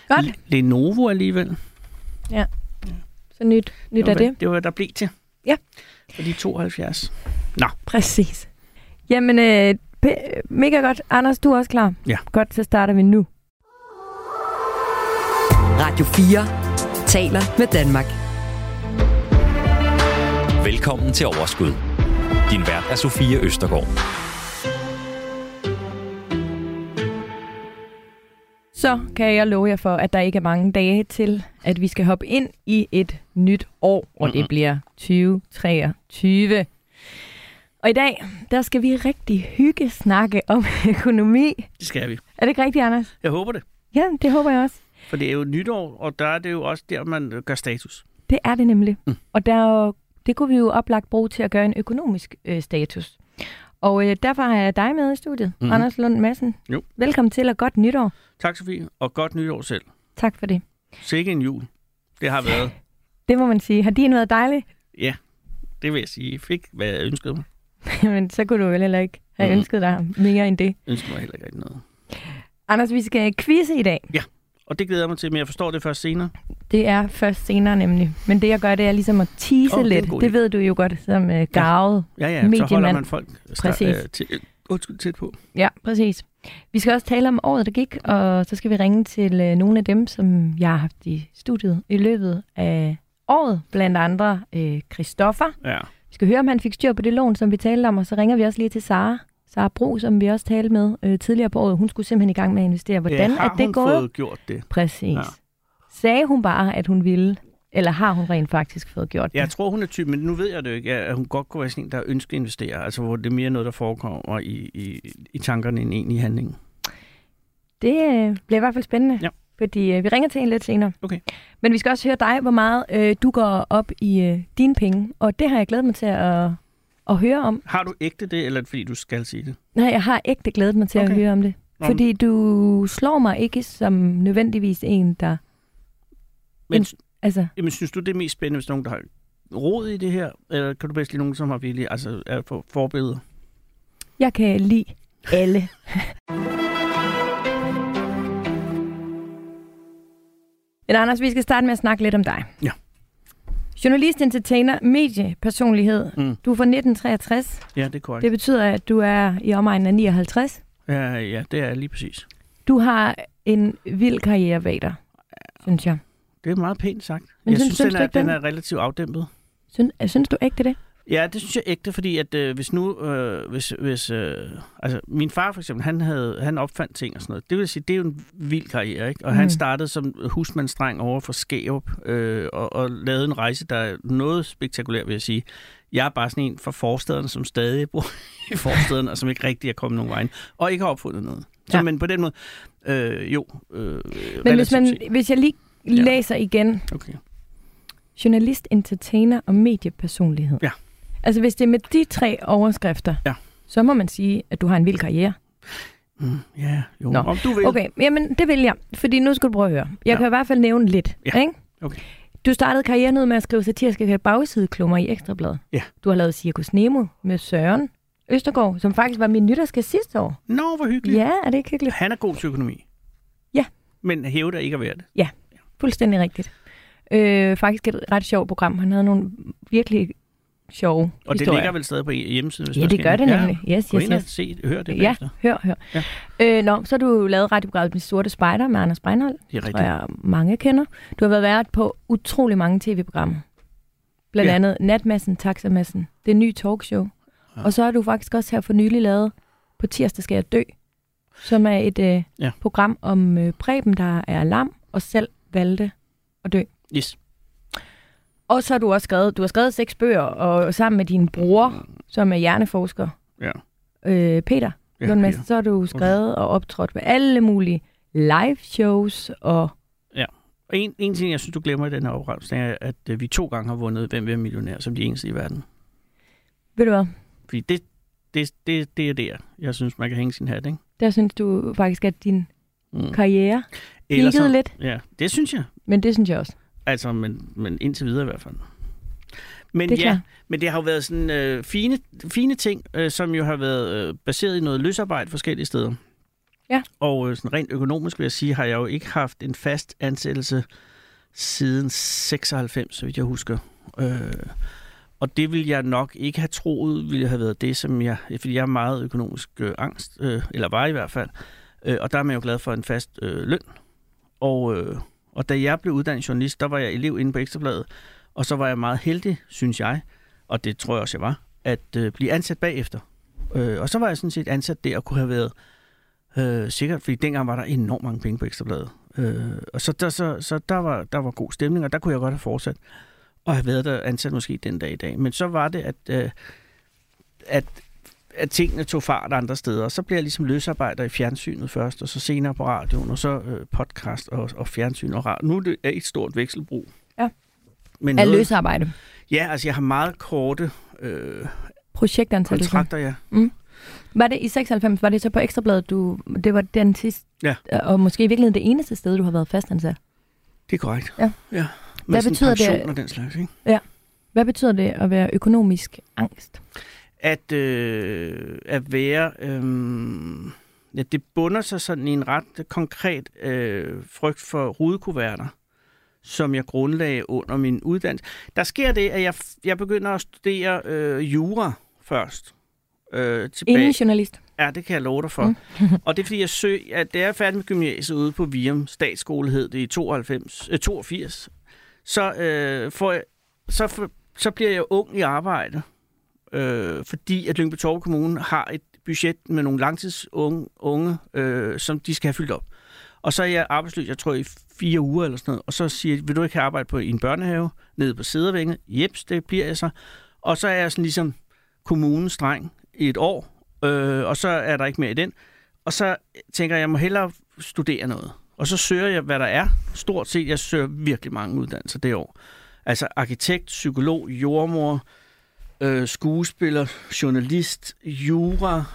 Godt. Lenovo alligevel. Ja. Så nyt af det. Det var, der blev til. Ja. For de 72. Nå. Præcis. Jamen, mega godt. Anders, du er også klar? Ja. Godt, så starter vi nu. Radio 4 taler med Danmark. Velkommen til Overskud. Din vært er Sofie Østergaard. Så kan jeg love jer for, at der ikke er mange dage til, at vi skal hoppe ind i et nyt år, og det bliver 2023. Og i dag, der skal vi rigtig snakke om økonomi. Det skal vi. Er det ikke rigtigt, Anders? Jeg håber det. Ja, det håber jeg også. For det er jo nytår, og der er det jo også der, man gør status. Det er det nemlig. Og det kunne vi jo oplagt bruge til at gøre en økonomisk status. Og derfor har jeg dig med i studiet, Anders Lund Madsen. Jo. Velkommen til, og godt nytår. Tak, Sofie, og godt nytår selv. Tak for det. Sikke en jul. Det har været. Det må man sige. Har din været dejlig? Ja, det vil jeg sige. Jeg fik, hvad jeg ønskede mig. Men så kunne du vel heller ikke have ønsket dig mere end det. Ønskede mig heller ikke rigtig noget. Anders, vi skal quizze i dag. Ja, og det glæder jeg mig til, men jeg forstår det først senere. Det er først senere nemlig. Men det jeg gør, det er ligesom at tease lidt. Det ved du jo godt som garvet mediemand. Så holder man folk tæt på. Ja, præcis. Vi skal også tale om året, der gik, og så skal vi ringe til nogle af dem, som jeg har haft i studiet i løbet af året. Blandt andre Christoffer. Ja. Vi skal høre, om han fik styr på det lån, som vi talte om, og så ringer vi også lige til Sara Bro, som vi også talte med tidligere på året. Hun skulle simpelthen i gang med at investere. Hvordan er det gået? Har hun fået gjort det? Præcis. Ja. Sagde hun bare, at hun ville, eller har hun rent faktisk fået gjort det? Jeg tror, hun er typen, men nu ved jeg det jo ikke, at hun godt kunne være sådan en, der ønsker at investere. Altså, hvor det er mere noget, der forekommer i tankerne end egentlig i handlingen. Det bliver i hvert fald spændende. Ja. Fordi vi ringer til en lidt senere. Okay. Men vi skal også høre dig, hvor meget du går op i dine penge. Og det har jeg glædet mig til at høre om. Har du ægte det, eller fordi du skal sige det? Nej, jeg har ægte glædet mig til at høre om det. Fordi du slår mig ikke som nødvendigvis en, der... Men, altså... Jamen, synes du, det er mest spændende, hvis nogen, der har rod i det her? Eller kan du bedst lide nogen, som har virkelig er forbilleder? Jeg kan lide alle. Men Anders, vi skal starte med at snakke lidt om dig. Ja. Journalist, entertainer, mediepersonlighed. Du er fra 1963. Ja, det er korrekt. Det betyder, at du er i omegnen af 59. Ja, det er lige præcis. Du har en vild karriere bag dig, synes jeg. Det er meget pænt sagt. Men jeg synes den er relativt afdæmpet. Synes du ægte det? Ja, det synes jeg ægte, fordi at hvis min far for eksempel, han opfandt ting og sådan noget. Det vil sige, det er jo en vild karriere, ikke? Og han startede som husmandsdreng over for Skærup og lavede en rejse, der er noget spektakulær, vil jeg sige. Jeg er bare sådan en fra forstederne, som stadig bor i forstederne, og som ikke rigtig er kommet nogen vejen, og ikke har opfundet noget. Så, men på den måde, men hvis jeg lige læser igen. Okay. Journalist, entertainer og mediepersonlighed. Ja. Altså hvis det er med de 3 overskrifter, så må man sige, at du har en vild karriere. Ja, jo. Om du vil. Okay, jamen det vil jeg, fordi nu skal du prøve at høre. Jeg kan i hvert fald nævne lidt. Ja. Ikke? Okay. Du startede karrieren ud med at skrive satiriske bagsideklummer i Ekstrabladet. Ja. Du har lavet Cirkus Nemo med Søren Østergaard, som faktisk var min nytårsgæst sidste år. Nå, hvor hyggeligt. Ja, er det ikke hyggeligt? Han er god til økonomi. Ja. Men hævder ikke at være det. Ja, fuldstændig rigtigt. Faktisk et ret sjovt program. Han havde nogle virkelig sjove og historier. Det ligger vel stadig på hjemmesiden? Ja, det gør det nemlig. Yes. Hør det bagefter. Hør. Ja. Så har du lavet radioprogrammet Den Sorte Spejder med Anders Breinholt. Det er rigtigt. Tror jeg, mange kender. Du har været vært på utrolig mange tv-programmer. Blandt andet Natmassen, Taxamassen, det nye talkshow. Ja. Og så har du faktisk også her for nylig lavet På tirsdag skal jeg dø, som er et program om Preben, der er lam og selv valgte at dø. Yes. Og så har du også skrevet 6 bøger, og sammen med din bror, som er hjerneforsker, Peter Lund Madsen, så har du skrevet og optrådt med alle mulige live shows. Og en ting, jeg synes, du glemmer i den her opremsning, er, at vi 2 gange har vundet Hvem vil være millionær, som de eneste i verden. Ved du hvad? Fordi det er der, jeg synes, man kan hænge sin hat, ikke? Der synes du faktisk, at din karriere peakede lidt? Ja, det synes jeg. Men det synes jeg også. Altså, men indtil videre i hvert fald. Men men det har jo været sådan fine ting, som jo har været baseret i noget løsarbejde forskellige steder. Ja. Og sådan rent økonomisk vil jeg sige, har jeg jo ikke haft en fast ansættelse siden 96, så vidt jeg husker. Og det ville jeg nok ikke have troet, ville have været det, som fordi jeg er meget økonomisk angst, eller var i hvert fald. Og der er man jo glad for en fast løn. Og da jeg blev uddannet journalist, der var jeg elev inde på Ekstrabladet, og så var jeg meget heldig, synes jeg, og det tror jeg også, jeg var, at blive ansat bagefter. Og så var jeg sådan set ansat der og kunne have været sikkert, fordi dengang var der enormt mange penge på Ekstrabladet. Og så der var god stemning, og der kunne jeg godt have fortsat og have været der ansat måske den dag i dag. Men så var det, at tingene tog fart andre steder. Og så blev jeg ligesom løsarbejder i fjernsynet først, og så senere på radioen, og så podcast og fjernsyn og radio. Nu er det et stort vekselbrug. Ja. Men af løsarbejde? Ja, altså jeg har meget korte projektansættelser. Kontrakter, ja. Mm. Var det i 96, var det så på Ekstrabladet, det var den sidste, ja. Og måske i virkeligheden det eneste sted, du har været fastansat? Det er korrekt. Ja. Ja. Hvad betyder det? Og den slags, ikke? Ja. Hvad betyder det at være økonomisk angst? At være... ja, det bunder sig sådan i en ret konkret frygt for rudekuverter, som jeg grundlagde under min uddannelse. Der sker det, at jeg begynder at studere jura først. Ingen journalist? Ja, det kan jeg love dig for. Og det er fordi, da jeg er færdig med gymnasiet ude på Virum Statsskole, hed det i 82, så bliver jeg ung i arbejde, fordi at Lyngby-Taarbæk Kommune har et budget med nogle langtidsunge, som de skal have fyldt op. Og så er jeg arbejdsløs, jeg tror i 4 uger eller sådan noget, og så siger jeg, vil du ikke have arbejde i en børnehave, nede på Cedervænget? Jeps, det bliver jeg så. Og så er jeg sådan ligesom kommunens dreng i et år, og så er der ikke mere i den. Og så tænker jeg må hellere studere noget. Og så søger jeg, hvad der er. Stort set, jeg søger virkelig mange uddannelser det år. Altså arkitekt, psykolog, jordmor, skuespiller, journalist, jura,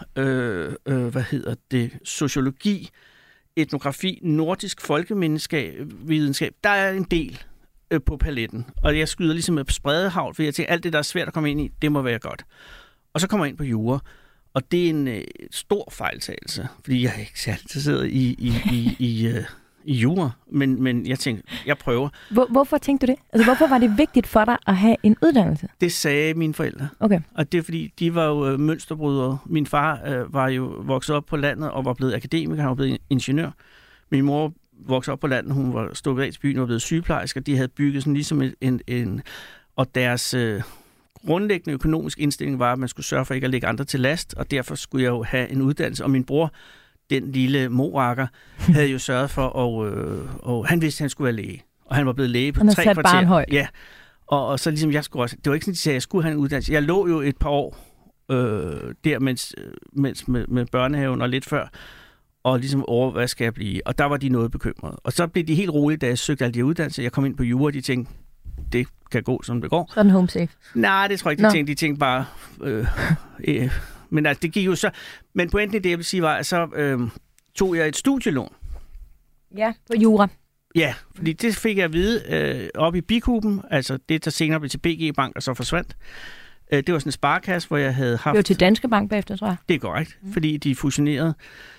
sociologi, etnografi, nordisk folkevidenskab. Der er en del på paletten. Og jeg skyder ligesom med spredehavl, for jeg tænker, alt det, der er svært at komme ind i, det må være godt. Og så kommer jeg ind på jura, og det er en stor fejltagelse, fordi jeg er ikke særlig interesseret i jura, men jeg tænkte, jeg prøver. Hvorfor tænkte du det? Altså, hvorfor var det vigtigt for dig at have en uddannelse? Det sagde mine forældre. Okay. Og det er fordi, de var jo mønsterbrydere. Min far var jo vokset op på landet og var blevet akademiker, han var blevet ingeniør. Min mor voksede op på landet, hun var stået bag til byen og var blevet sygeplejerske, og de havde bygget sådan ligesom og deres grundlæggende økonomisk indstilling var, at man skulle sørge for ikke at lægge andre til last, og derfor skulle jeg jo have en uddannelse. Og min bror, den lille morakker, havde jo sørget for, og han vidste, at han skulle være læge. Og han var blevet læge på 3 kvarter. Barn højt. Ja, og så ligesom jeg skulle også... Det var ikke sådan, de sagde, at jeg skulle have en uddannelse. Jeg lå jo et par år der, mens med børnehaven og lidt før, og ligesom over, hvad skal jeg blive? Og der var de noget bekymrede. Og så blev de helt rolige, da jeg søgte alle de uddannelser. Jeg kom ind på jura, og de tænkte, det kan gå, som det går. Sådan home safe. Nej, det tror jeg ikke, de tænkte bare... men altså, det gik jo så... Men pointen i det, jeg vil sige, var, at så tog jeg et studielån. Ja, på jura. Ja, fordi det fik jeg at vide op i Bikuben, altså det, der senere blev til BG Bank og så forsvandt. Det var sådan en sparekasse, hvor jeg havde haft... Det var til Danske Bank bagefter, tror jeg. Det er korrekt, fordi de fusionerede.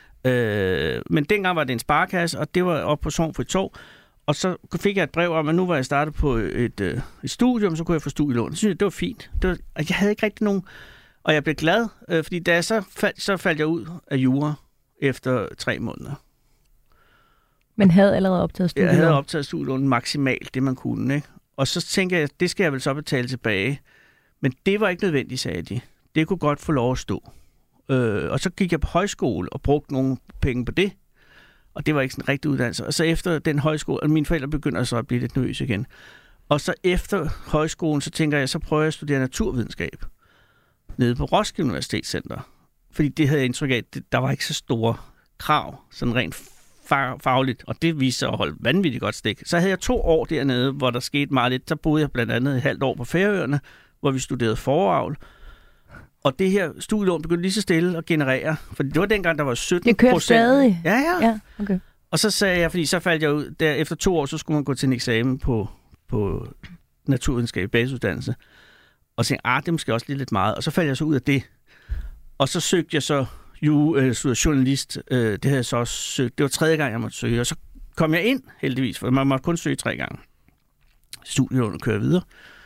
Men dengang var det en sparekasse, og det var oppe på Sorgenfri Torv. Og så fik jeg et brev om, at nu var jeg startet på et studium, så kunne jeg få studielån. Så synes jeg, det var fint. Jeg havde ikke rigtig nogen... Og jeg blev glad, fordi da jeg så faldt jeg ud af jura efter 3 måneder. Men havde allerede optaget studielån? Jeg havde optaget studielån maksimalt, det man kunne, ikke? Og så tænkte jeg, det skal jeg vel så betale tilbage. Men det var ikke nødvendigt, sagde de. Det kunne godt få lov at stå. Og så gik jeg på højskole og brugte nogle penge på det. Og det var ikke sådan en rigtig uddannelse. Og så efter den højskole, og mine forældre begynder så at blive lidt nervøse igen. Og så efter højskolen, så tænker jeg, så prøver jeg at studere naturvidenskab nede på Roskilde Universitetscenter. Fordi det havde jeg indtryk af, at der var ikke så store krav, sådan rent fagligt, og det viste sig at holde vanvittigt godt stik. Så havde jeg 2 år dernede, hvor der skete meget lidt. Der boede jeg blandt andet et halvt år på Færøerne, hvor vi studerede foravl. Og det her studielån begyndte lige så stille at generere, for det var dengang, der var 17%. Det kørte stadig? Ja. Okay. Og så sagde jeg, fordi så faldt jeg ud, der efter 2 år, så skulle man gå til en eksamen på naturvidenskab, basisuddannelse. Og tænkte, det er måske også lidt meget. Og så faldt jeg så ud af det. Og så søgte jeg så journalist. Det havde jeg så også søgt. Det var 3. gang, jeg måtte søge, og så kom jeg ind, heldigvis, for man måtte kun søge 3 gange. Studielånet kører videre.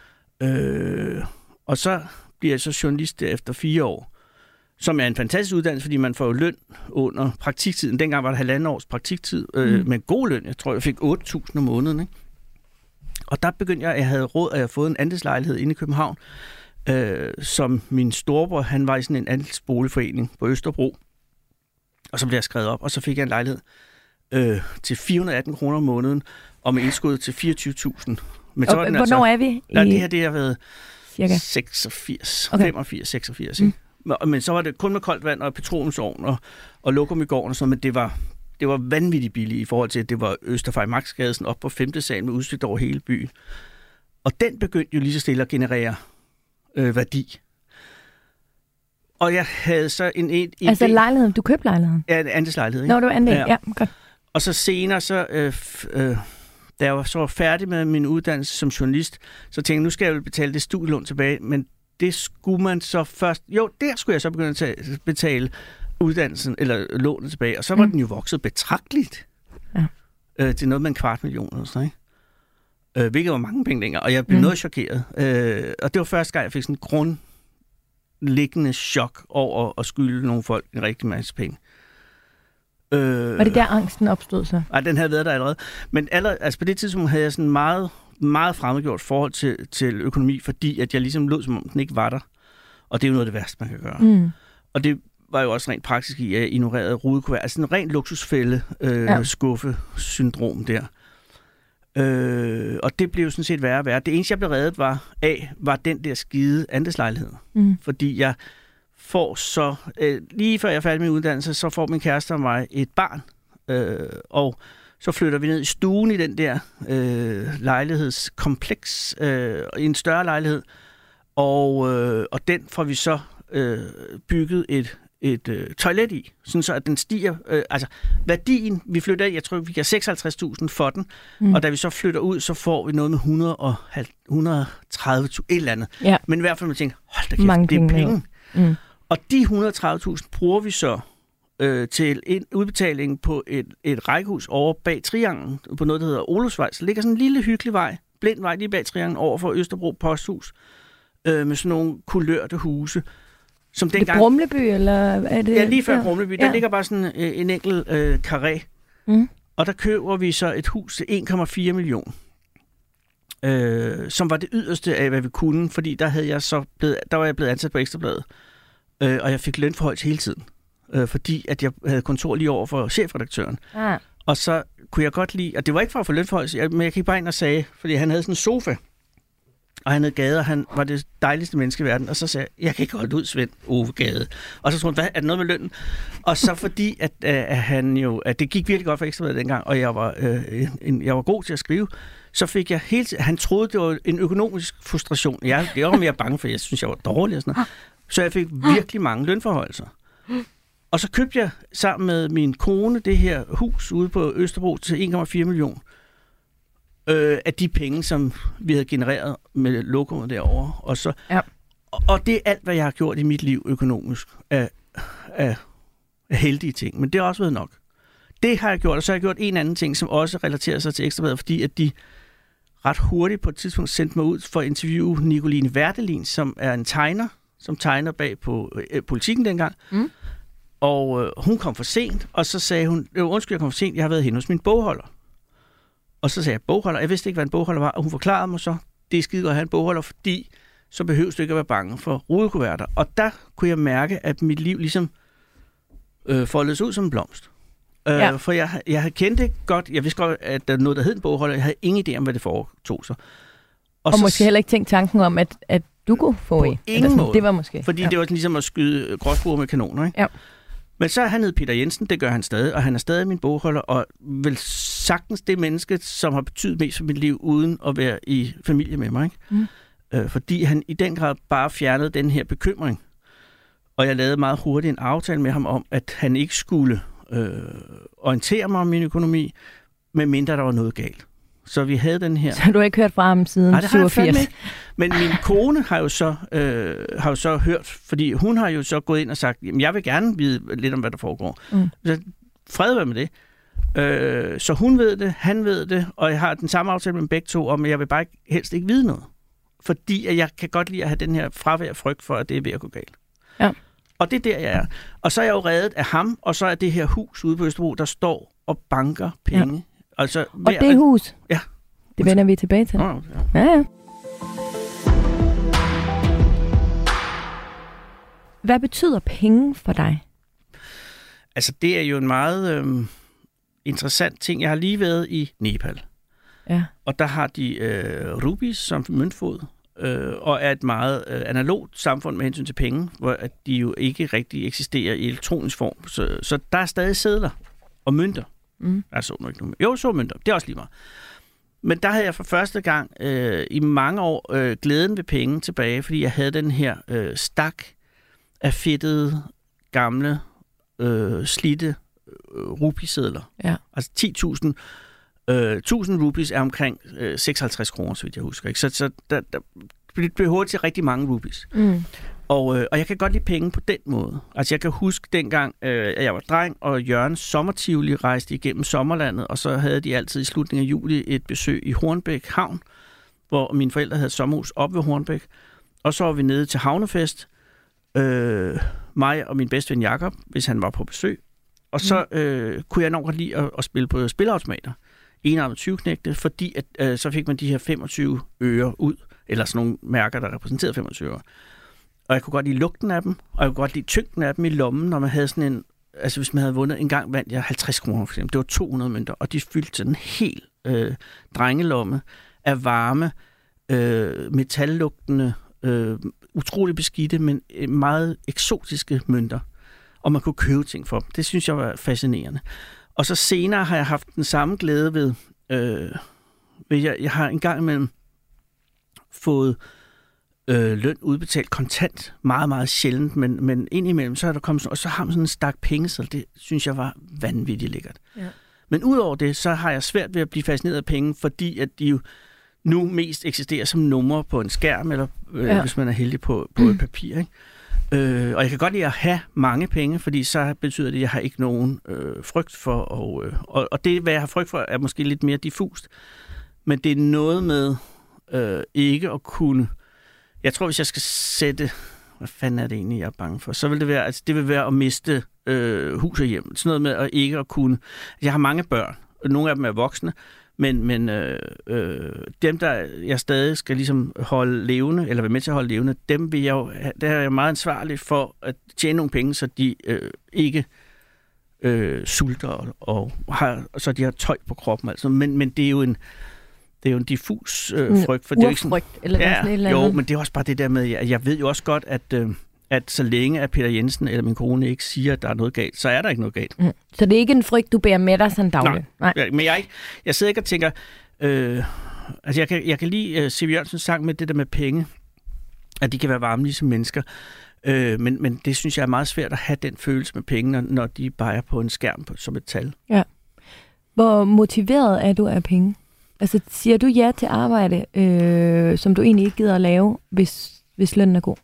Og så bliver jeg så journalist efter 4 år, som er en fantastisk uddannelse, fordi man får jo løn under praktiktiden. Dengang var det 1,5 års praktiktid, med god løn. Jeg tror, jeg fik 8.000 om måneden. Ikke? Og der begyndte jeg havde råd, at jeg havde fået en andelslejlighed inde i København, som min storebror, han var i sådan en andelsboligforening på Østerbro. Og så blev jeg skrevet op, og så fik jeg en lejlighed til 418 kroner om måneden, og med indskud til 24.000. Men så var den hvornår er vi? Det har været cirka 86, okay. 85, 86. Ikke? Men så var det kun med koldt vand og petroleumsovn og lokum i gården og sådan, men det var vanvittigt billigt i forhold til, at det var Østerfejmarksgade sådan op på 5. sal med udsigt over hele byen. Og den begyndte jo lige så stille at generere værdi. Og jeg havde så en altså lejligheden, du købte lejligheden? Ja, en andelslejlighed. Ikke? Nå, det var andel, ja godt. Og så senere, da jeg var så færdig med min uddannelse som journalist, så tænkte jeg, nu skal jeg vel betale det studielån tilbage, men det skulle man så først... Jo, der skulle jeg så begynde at betale uddannelsen, eller lånet tilbage, og så var den jo vokset betragteligt. Ja. Til noget med 250.000 eller sådan, ikke? Hvilket var mange penge længere, og jeg blev noget chokeret. Og det var første gang, jeg fik sådan en grundlæggende chok over at skylde nogle folk en rigtig masse penge. Var det der angsten opstod så? Nej, den havde været der allerede. Men altså på det tidspunkt havde jeg sådan meget, meget fremmedgjort forhold til økonomi, fordi at jeg ligesom lød, som om den ikke var der. Og det er jo noget af det værste, man kan gøre. Og det var jo også rent praktisk i, at jeg ignorerede rudekuvert. Altså en ren luksusfælde skuffe-syndrom der. Og det blev sådan set værre og værre. Det eneste, jeg blev reddet var den der skide andelslejlighed. Fordi jeg får så, lige før jeg er færdig med uddannelse, så får min kæreste og mig et barn. Og så flytter vi ned i stuen i den der lejlighedskompleks, i en større lejlighed. Og den får vi så bygget et toilet i, sådan så at den stiger, altså værdien, vi flytter i, jeg tror, vi giver 56.000 for den, og da vi så flytter ud, så får vi noget med 130.000, et eller andet. Ja. Men i hvert fald, man tænker, hold da kæft, det er penge. Og de 130.000 bruger vi så til en udbetaling på et rækkehus over bag Trianglen, på noget, der hedder Olufsvej. Så ligger sådan en lille hyggelig vej, blind vej lige bag Trianglen, over for Østerbro Posthus, med sådan nogle kulørte huse. Som dengang... Det Brumleby, eller er det... Ja, lige før Brumleby. Der ligger bare sådan en enkelt karré. Og der køber vi så et hus til 1,4 millioner. Som var det yderste af, hvad vi kunne, fordi der var jeg blevet ansat på Ekstra Bladet. Og jeg fik lønforhøjelse hele tiden. Fordi at jeg havde kontor lige over for chefredaktøren. Og så kunne jeg godt lide... Og det var ikke for at få lønforhøjelse, men jeg gik bare ind og sagde, fordi han havde sådan en sofa, og han hed Gade, og han var det dejligste menneske i verden. Og så sagde jeg kan ikke holde ud, Svend Ove Gade. Og så troede han, er det noget med lønnen? Og så fordi, at det gik virkelig godt for Ekstra Bladet dengang, og jeg var god til at skrive, så fik jeg han troede, det var en økonomisk frustration. Jeg var mere bange, for jeg synes, jeg var dårlig og sådan noget. Så jeg fik virkelig mange lønforhøjelser. Og så købte jeg sammen med min kone det her hus ude på Østerbro til 1,4 millioner. Af de penge, som vi havde genereret med lokummet derovre. Og det er alt, hvad jeg har gjort i mit liv økonomisk af heldige ting. Men det har også været nok. Det har jeg gjort, og så har jeg gjort en anden ting, som også relaterer sig til Ekstra Bladet, fordi at de ret hurtigt på et tidspunkt sendte mig ud for at interviewe Nicoline Werdelin, som er en tegner, som tegner bag på Politikken dengang. Og hun kom for sent, og så sagde hun, undskyld, jeg kom for sent, jeg har været henne hos min bogholder. Og så sagde jeg, bogholder? Jeg vidste ikke, hvad en bogholder var, og hun forklarede mig så, det er skide godt at have en bogholder, fordi så behøves du ikke at være bange for rudekuverter. Og der kunne jeg mærke, at mit liv ligesom foldedes ud som en blomst. For jeg havde kendt det godt, jeg vidste godt, at der var noget, der hed en bogholder, jeg havde ingen idé om, hvad det foretog sig. Og måske heller ikke tænkt tanken om, at du kunne få på ingen måde. Det var måske. Fordi det var ligesom at skyde gråsbuer med kanoner, ikke? Ja. Men så han hed Peter Jensen, det gør han stadig, og han er stadig min bogholder, og vel sagtens det menneske, som har betydet mest for mit liv, uden at være i familie med mig. Ikke? Fordi han i den grad bare fjernede den her bekymring. Og jeg lavede meget hurtigt en aftale med ham om, at han ikke skulle orientere mig om min økonomi, medmindre der var noget galt. Så vi havde den her... Så du har ikke hørt fra ham siden 87? Men min kone har jo så hørt, fordi hun har jo så gået ind og sagt, jamen jeg vil gerne vide lidt om, hvad der foregår. Så fred være med det. Så hun ved det, han ved det, og jeg har den samme aftale med begge to om, at jeg vil bare helst ikke vide noget. Fordi at jeg kan godt lide at have den her fravær frygt for, at det er ved at gå galt. Ja. Og det er der, jeg er. Og så er jeg jo reddet af ham, og så er det her hus ude på Østerbro, der står og banker penge. Ja. Altså, og det hus, ja. Det vender vi tilbage til. Ja. Hvad betyder penge for dig? Altså, det er jo en meget interessant ting. Jeg har lige været i Nepal. Ja. Og der har de rupees som møntfod, og er et meget analogt samfund med hensyn til penge, hvor at de jo ikke rigtig eksisterer i elektronisk form. Så der er stadig sedler og mønter. Jeg så nu ikke nogen. Jo, så mønter. Det er også lige meget. Men der havde jeg for første gang i mange år glæden ved penge tilbage, fordi jeg havde den her stak af fedtede, gamle, slidte rupiesedler. Ja. Altså 1000 rupees er omkring 56 kroner, så vidt jeg husker. Ikke? Så der blev hurtigt rigtig mange rupees. Og jeg kan godt lide penge på den måde. Altså jeg kan huske dengang, at jeg var dreng, og Jørgens sommertivoli rejste igennem sommerlandet, og så havde de altid i slutningen af juli et besøg i Hornbæk Havn, hvor mine forældre havde et sommerhus op ved Hornbæk. Og så var vi nede til havnefest, mig og min bedste ven Jakob, hvis han var på besøg. Og så kunne jeg nok godt lide at spille på spilleautomater. 21 knægte, fordi at, så fik man de her 25 øre ud, eller sådan nogle mærker, der repræsenterede 25 øre. Og jeg kunne godt lide lugten af dem, og jeg kunne godt lide tyngden af dem i lommen, når man havde sådan en... Altså hvis man havde vundet, en gang vandt jeg 50 kroner for eksempel. Det var 200 mønter, og de fyldte sådan en helt drengelomme af varme, metallugtende, utrolig beskidte, men meget eksotiske mønter. Og man kunne købe ting for dem. Det synes jeg var fascinerende. Og så senere har jeg haft den samme glæde ved jeg har engang imellem fået løn udbetalt kontant, meget, meget sjældent, men indimellem, så er der kommet sådan, og så har man sådan en stak penge, så det synes jeg var vanvittigt lækkert. Ja. Men udover det, så har jeg svært ved at blive fascineret af penge, fordi at de jo nu mest eksisterer som numre på en skærm, eller hvis man er heldig på et papir, ikke? Og jeg kan godt lide at have mange penge, fordi så betyder det, at jeg har ikke nogen frygt for, og det, hvad jeg har frygt for, er måske lidt mere diffust. Men det er noget med ikke at kunne... Jeg tror, hvis jeg skal sætte... Hvad fanden er det egentlig, jeg er bange for? Så vil det være, altså, det vil være at miste hus og hjem. Sådan noget med at ikke at kunne... Jeg har mange børn, og nogle af dem er voksne, men dem, der jeg stadig skal ligesom holde levende, eller være med til at holde levende, dem vil jeg jo... Der er jeg meget ansvarlig for at tjene nogle penge, så de ikke sulter, og så de har tøj på kroppen. Altså. Men det er jo en... Det er jo en diffus frygt. For det er jo ikke sådan, eller sådan et eller andet. Jo, men det er også bare det der med, at jeg ved jo også godt, at så længe at Peter Jensen eller min kone ikke siger, at der er noget galt, så er der ikke noget galt. Så det er ikke en frygt, du bærer med dig sådan dagligt? Nej. Men jeg sidder ikke og tænker... altså jeg kan lide C.V. Jørgensens sang med det der med penge, at de kan være varme ligesom mennesker. Men det synes jeg er meget svært at have den følelse med penge, når de bare er på en skærm som et tal. Ja. Hvor motiveret er du af penge? Altså, siger du ja til arbejde, som du egentlig ikke gider at lave, hvis lønnen er god?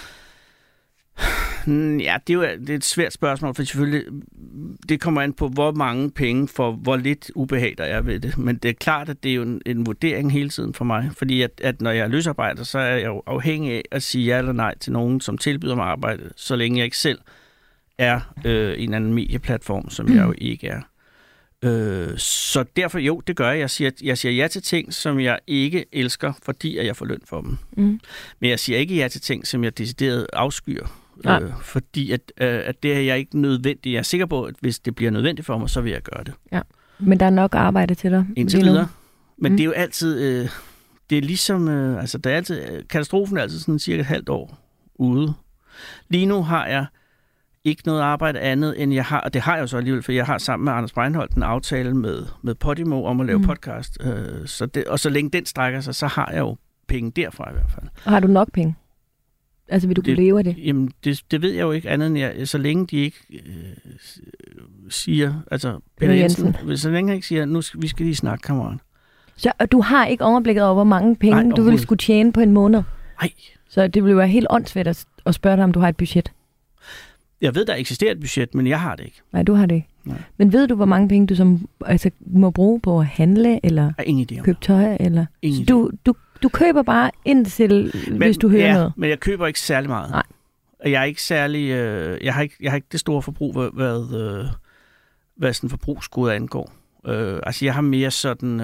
Ja, det er et svært spørgsmål, for selvfølgelig, det kommer an på, hvor mange penge for hvor lidt ubehag der er ved det. Men det er klart, at det er jo en vurdering hele tiden for mig. Fordi at når jeg er løsarbejder, så er jeg jo afhængig af at sige ja eller nej til nogen, som tilbyder mig arbejde, så længe jeg ikke selv er en eller anden medieplatform, som jeg jo ikke er. Så derfor, jo, det gør jeg. Jeg siger ja til ting, som jeg ikke elsker, fordi at jeg får løn for dem. Men jeg siger ikke ja til ting, som jeg decideret afskyer. Fordi at det er jeg ikke nødvendigt. Jeg er sikker på, at hvis det bliver nødvendigt for mig, så vil jeg gøre det. Ja. Men der er nok arbejde til dig. Indtil videre. Men det er jo altid... det er ligesom... altså, der er altid... Katastrofen er altid sådan cirka et halvt år ude. Lige nu har jeg ikke noget arbejde andet, end jeg har... Og det har jeg jo så alligevel, for jeg har sammen med Anders Breinholt en aftale med Podimo om at lave podcast. Og så længe den strækker sig, så har jeg jo penge derfra i hvert fald. Og har du nok penge? Altså, vil du kunne leve af det? Jamen, det ved jeg jo ikke andet end så længe de ikke siger... Altså, Peter Jensen, så længe han ikke siger, vi skal lige snakke, kammerat. Så du har ikke overblikket over, hvor mange penge du vil skulle tjene på en måned? Nej. Så det ville være helt åndssvagt at spørge dig, om du har et budget? Jeg ved, der eksisterer et budget, men jeg har det ikke. Nej, du har det ikke. Nej. Men ved du, hvor mange penge du må bruge på at handle, eller købe tøj? Eller? Så du køber bare indtil, hvis du hører noget? Men jeg køber ikke særlig meget. Nej. Jeg er ikke særlig... jeg har ikke det store forbrug, hvad sådan forbrugsgoder angår. Altså, jeg har mere sådan...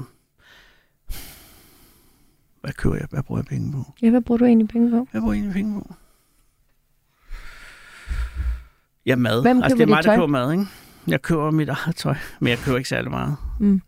hvad køber jeg? Hvad bruger jeg penge på? Ja, hvad bruger du egentlig penge på? Hvad bruger jeg egentlig penge på? Ja, mad. Hvem altså, det er mig, der køber mad, ikke? Jeg køber mit eget tøj, men jeg køber ikke særlig meget.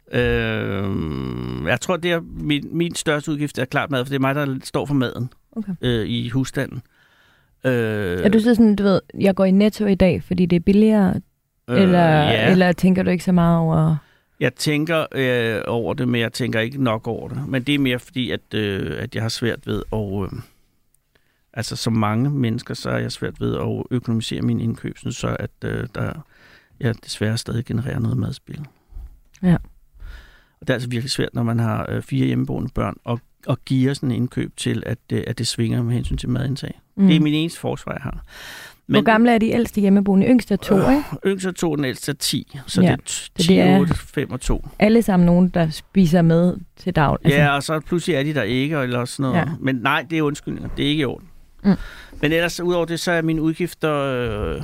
Jeg tror, det er min største udgift er klart mad, for det er mig, der står for maden i husstanden. Er du så sådan, du ved, jeg går i Netto i dag, fordi det er billigere? Eller tænker du ikke så meget over... Jeg tænker over det, men jeg tænker ikke nok over det. Men det er mere fordi, at jeg har svært ved at... altså, som mange mennesker, så er jeg svært ved at økonomisere min indkøb, så at jeg desværre stadig genererer noget madspil. Ja. Og det er altså virkelig svært, når man har 4 hjemmeboende børn, og giver sådan en indkøb til, at det svinger med hensyn til madindtag. Det er min eneste forsvar, jeg har. Hvor gamle er de ældste hjemmeboende? Yngste er 2, ikke? Yngste er 2, den ældste er 10. Så det er 10, 8, 5 og 2. Alle sammen nogen, der spiser med til dag. Altså. Ja, og så pludselig er de der ikke, eller sådan noget. Ja. Men nej, det er undskyldninger. Det er ikke i orden. Men ellers, udover det, så er mine udgifter...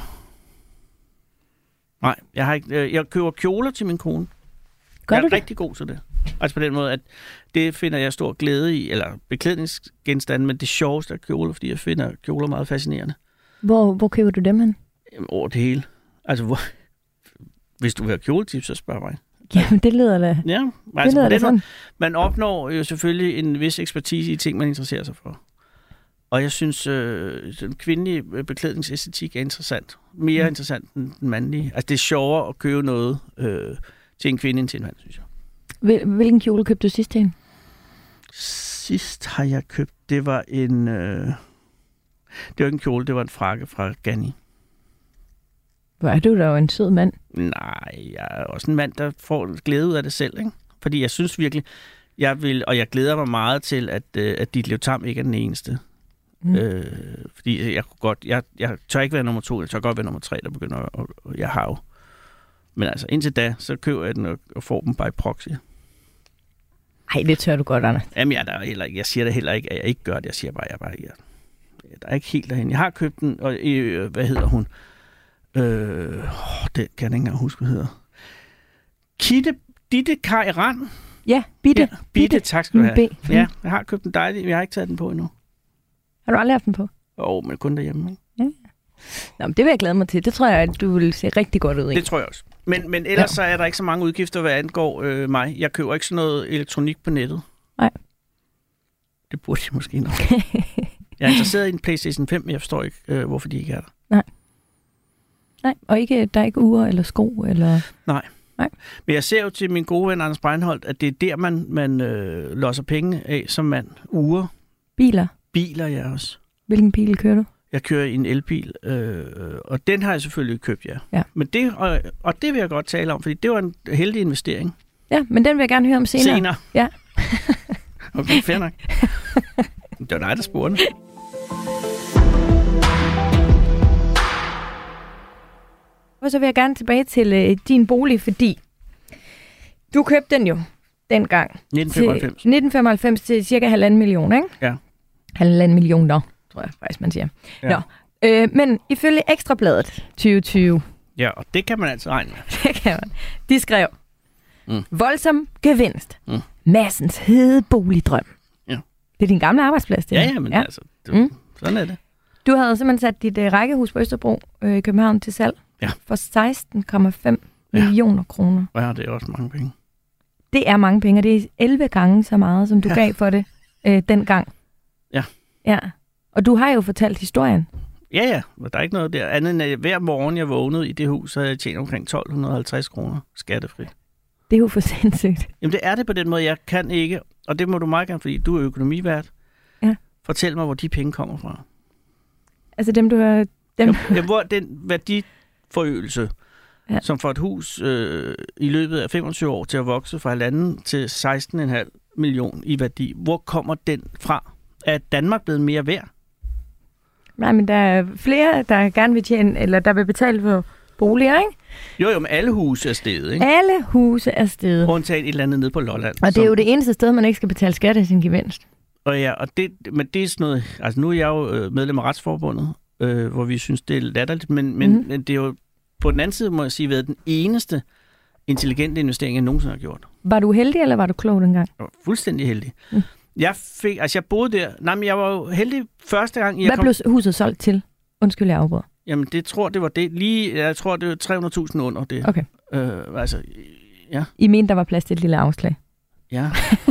Nej, jeg har ikke... Jeg køber kjoler til min kone. Jeg er rigtig god til det. Altså på den måde, at det finder jeg stor glæde i, eller beklædningsgenstande, men det sjoveste er kjoler, fordi jeg finder kjoler meget fascinerende. Hvor køber du dem hen? Over det hele. Altså, hvis du vil have kjoletips, så spørg mig. Jamen, det lyder da... Ja, altså, det lyder sådan. Man opnår jo selvfølgelig en vis ekspertise i ting, man interesserer sig for. Og jeg synes, den kvindelige beklædningsæstetik er interessant. Mere interessant end den mandlige. Altså, det er sjovere at købe noget til en kvinde end til en mand, synes jeg. Hvilken kjole købte du sidst til hende? Sidst har jeg købt, det var en... det var ikke en kjole, det var en frakke fra Ganni. Hvor er du da jo en sød mand? Nej, jeg er også en mand, der får glæde ud af det selv, ikke? Fordi jeg synes virkelig, jeg glæder mig meget til, at Ditlev Tamm ikke er den eneste. Fordi jeg tør ikke være nummer 2, jeg tør godt være nummer 3, der begynder jeg har jo. Men altså, indtil da, så køber jeg den og får dem by proxy. Ej, det tør du godt, Anders. Jamen, jeg siger det heller ikke, at jeg ikke gør det. Jeg siger bare, der er ikke helt derhen. Jeg har købt den, og hvad hedder hun? Det kan jeg ikke engang huske, hvad hedder. Ditte Kaj Rand. Ja, Bitte. Ja, Bitte, tak skal du have. Ja, jeg har købt den dejlig, men jeg har ikke taget den på endnu. Har du aldrig haft den på? Men kun derhjemme, ikke? Ja. Nå, men det vil jeg glæde mig til. Det tror jeg, at du vil se rigtig godt ud i. Det tror jeg også. Men ellers så er der ikke så mange udgifter, hvad angår mig. Jeg køber ikke sådan noget elektronik på nettet. Nej. Det burde jeg måske nok. Jeg er interesseret i en PlayStation 5, men jeg forstår ikke, hvorfor de ikke er der. Nej, og der er ikke ure eller sko? Eller... Nej. Men jeg ser jo til min gode ven Anders Breinholt, at det er der, man losser penge af som mand. Ure. Biler? Biler, ja også. Hvilken bil kører du? Jeg kører i en elbil, og den har jeg selvfølgelig købt, ja. Men det, og det vil jeg godt tale om, fordi det var en heldig investering. Ja, men den vil jeg gerne høre om senere. Ja. Okay, fair nok. Det var dig, der spurgte. Og så vil jeg gerne tilbage til din bolig, fordi du købte den jo dengang. 1995 til cirka 1,5 million, ikke? Ja. 1,5 million, tror jeg faktisk, man siger. Ja. Men ifølge Ekstrabladet 2020... Ja, og det kan man altså regne med. Det kan man. De skrev, voldsom gevinst. Madsens hede boligdrøm. Ja. Det er din gamle arbejdsplads, det. Ja, men altså, sådan er det. Du havde simpelthen sat dit rækkehus på Østerbro i København til salg for 16,5 millioner kroner. Ja, det er også mange penge. Det er mange penge, og det er 11 gange så meget, som du gav for det dengang. Ja. Og du har jo fortalt historien. Ja, men der er ikke noget der. Andet end at hver morgen, jeg vågnede i det hus, så havde jeg tjent omkring 1.250 kroner skattefrit. Det er jo for sindssygt. Jamen det er det på den måde. Jeg kan ikke, og det må du meget gerne, fordi du er økonomivært. Ja. Fortæl mig, hvor de penge kommer fra. Altså dem, du har... Hvor den værdiforøgelse som får et hus i løbet af 25 år til at vokse fra 1,5 til 16,5 million i værdi. Hvor kommer den fra? Er Danmark blevet mere værd? Nej, men der er flere, der gerne vil tjene, eller der vil betale for boliger, ikke? Jo, men alle huse er steget, ikke? Alle huse er steget. Undtagen et eller andet nede på Lolland. Og det er jo det eneste sted, man ikke skal betale skat af sin gevinst. Men det er sådan noget... Altså, nu er jeg jo medlem af Retsforbundet, hvor vi synes, det er latterligt, men det er jo på den anden side, må jeg sige, været den eneste intelligente investering, jeg nogensinde har gjort. Var du heldig, eller var du klog dengang? Jeg var fuldstændig heldig. Jeg boede der... Nej, men jeg var jo heldig første gang... Hvad blev huset solgt til? Undskyld, jeg afbryder. Jamen, det tror det var det. Jeg tror, det var 300.000 under det. Okay. Ja. I mente, der var plads til et lille afslag? Ja.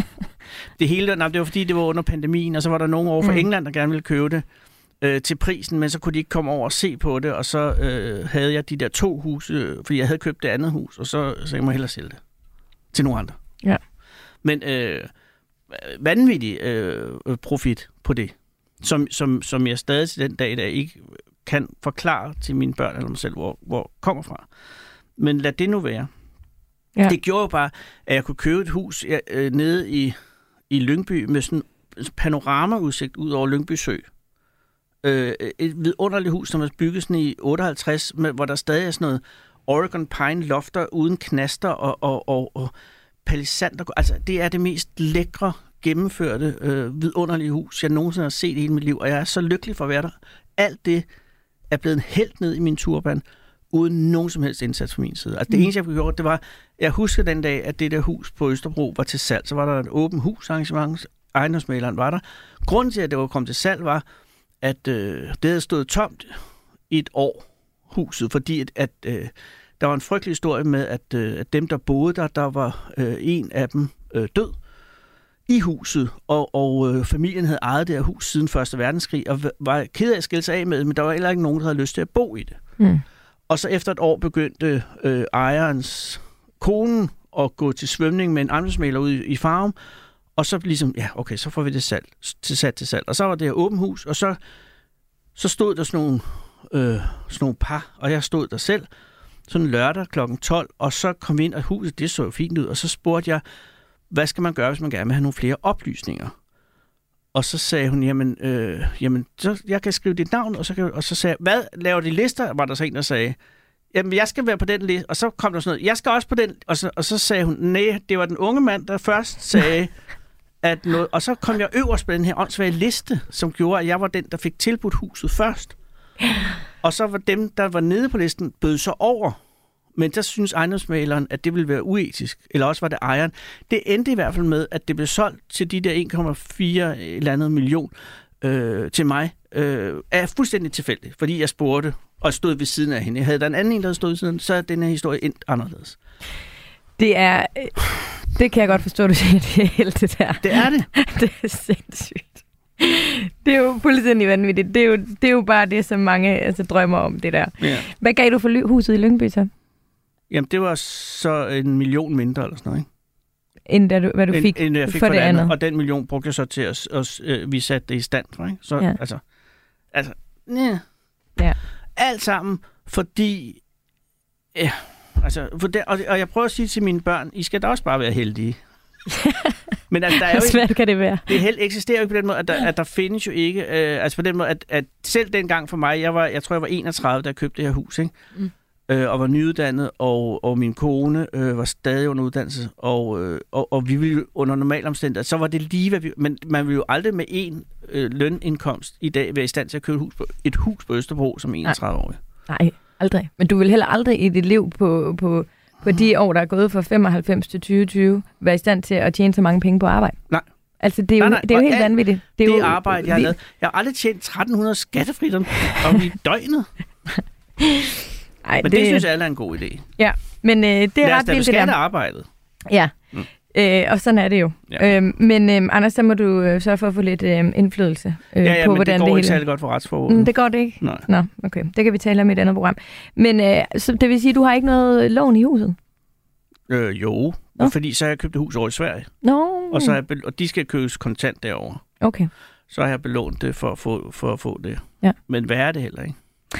Det var fordi, det var under pandemien, og så var der nogen over fra England, der gerne ville købe det til prisen, men så kunne de ikke komme over og se på det, og så havde jeg de der 2 huse, fordi jeg havde købt det andet hus, og så jeg må hellere sælge det til nogle andre. Ja. Men vanvittig profit på det, som jeg stadig til den dag i dag ikke kan forklare til mine børn eller mig selv, hvor kommer fra. Men lad det nu være. Ja. Det gjorde jo bare, at jeg kunne købe et hus nede i Lyngby med sådan en panoramaudsigt ud over Lyngby Sø. Et vidunderligt hus, som er bygget sådan i 58, hvor der stadig er sådan noget Oregon Pine lofter uden knaster og palisander. Altså, det er det mest lækre, gennemførte, vidunderlige hus, jeg nogensinde har set i hele mit liv, og jeg er så lykkelig for at være der. Alt det er blevet hældt ned i min turban, uden nogen som helst indsats fra min side. Altså, det eneste, jeg kunne gøre, det var, jeg husker den dag, at det der hus på Østerbro var til salg. Så var der et åben husarrangement, ejendomsmægleren var der. Grunden til, at det var kommet til salg, var, at det havde stået tomt i et år, huset, fordi at der var en frygtelig historie med, at dem, der boede der var en af dem død i huset, og familien havde ejet det her hus siden 1. verdenskrig, og var ked af at skille sig af med, men der var heller ikke nogen, der havde lyst til at bo i det. Og så efter et år begyndte ejerens kone at gå til svømning med en ejendomsmægler ude i Farum, og så ligesom, ja, okay, så får vi det til salg. Og så var det her åben hus, og så stod der sådan nogle par, og jeg stod der selv, sådan lørdag kl. 12, og så kom vi ind, og huset, det så jo fint ud, og så spurgte jeg, hvad skal man gøre, hvis man gerne vil have nogle flere oplysninger? Og så sagde hun, jamen så jeg kan skrive dit navn, og så sagde jeg, hvad laver de lister? Var der så en, der sagde, jamen jeg skal være på den liste, og så kom der sådan noget, jeg skal også på den, og så sagde hun, nej, det var den unge mand, der først sagde, at noget, og så kom jeg øverst på den her åndssvage liste, som gjorde, at jeg var den, der fik tilbudt huset først. Og så var dem, der var nede på listen, bød så over. Men der synes ejendomsmægleren, at det ville være uetisk. Eller også var det ejeren. Det endte i hvert fald med, at det blev solgt til de der 1,4 eller andet million til mig. Er fuldstændig tilfældigt, fordi jeg spurgte og stod ved siden af hende. Havde der en anden, der stod ved siden, så er den her historie endt anderledes. Det kan jeg godt forstå, du siger, det er helt det der. Det er det. Det er sindssygt. Det er jo fuldstændig vanvittigt. Det er jo bare det, som mange drømmer om, det der. Ja. Hvad gav du for huset i Lyngby så? Jamen, det var så 1 million mindre eller sådan noget, ikke? End hvad du fik, end jeg fik for det andet. Og den million brugte jeg så til at vi satte det i stand for, ikke? Så ja. Ja. Alt sammen, fordi... Ja, og jeg prøver at sige til mine børn, I skal da også bare være heldige. Men altså, der er jo svært kan det være. Det eksisterer jo ikke på den måde, at der findes jo ikke... på den måde, at selv dengang for mig, jeg tror, jeg var 31, da jeg købte det her hus, ikke? Og var nyuddannet, og min kone var stadig under uddannelse, og vi ville under normale omstændigheder, så var det lige, hvad men man ville jo aldrig med en lønindkomst i dag være i stand til at købe et hus på Østerbro som 31-årig. Nej, aldrig. Men du vil heller aldrig i dit liv på de år, der er gået fra 95 til 2020, være i stand til at tjene så mange penge på arbejde. Nej. Altså, det er jo helt vanvittigt. Det er jo arbejde, jeg har lavet. Jeg har aldrig tjent 1.300 skattefrit om i døgnet. Ej, men det synes alle er en god idé. Ja, men det er ret vildt det der. Lad os da beskatte arbejdet. Ja, og sådan er det jo. Ja. Men Anders, så må du sørge for at få lidt indflydelse på, hvordan det hele... Ja, men det går ikke særlig godt for Retsforbundet. Det går det ikke? Nej. Nå, okay. Det kan vi tale om i et andet program. Men så det vil sige, at du har ikke noget lån i huset? Jo, fordi så har jeg købt et hus over i Sverige. Og de skal købes kontant derovre. Okay. Så har jeg belånt det for at få det. Ja. Men hvad er det heller ikke?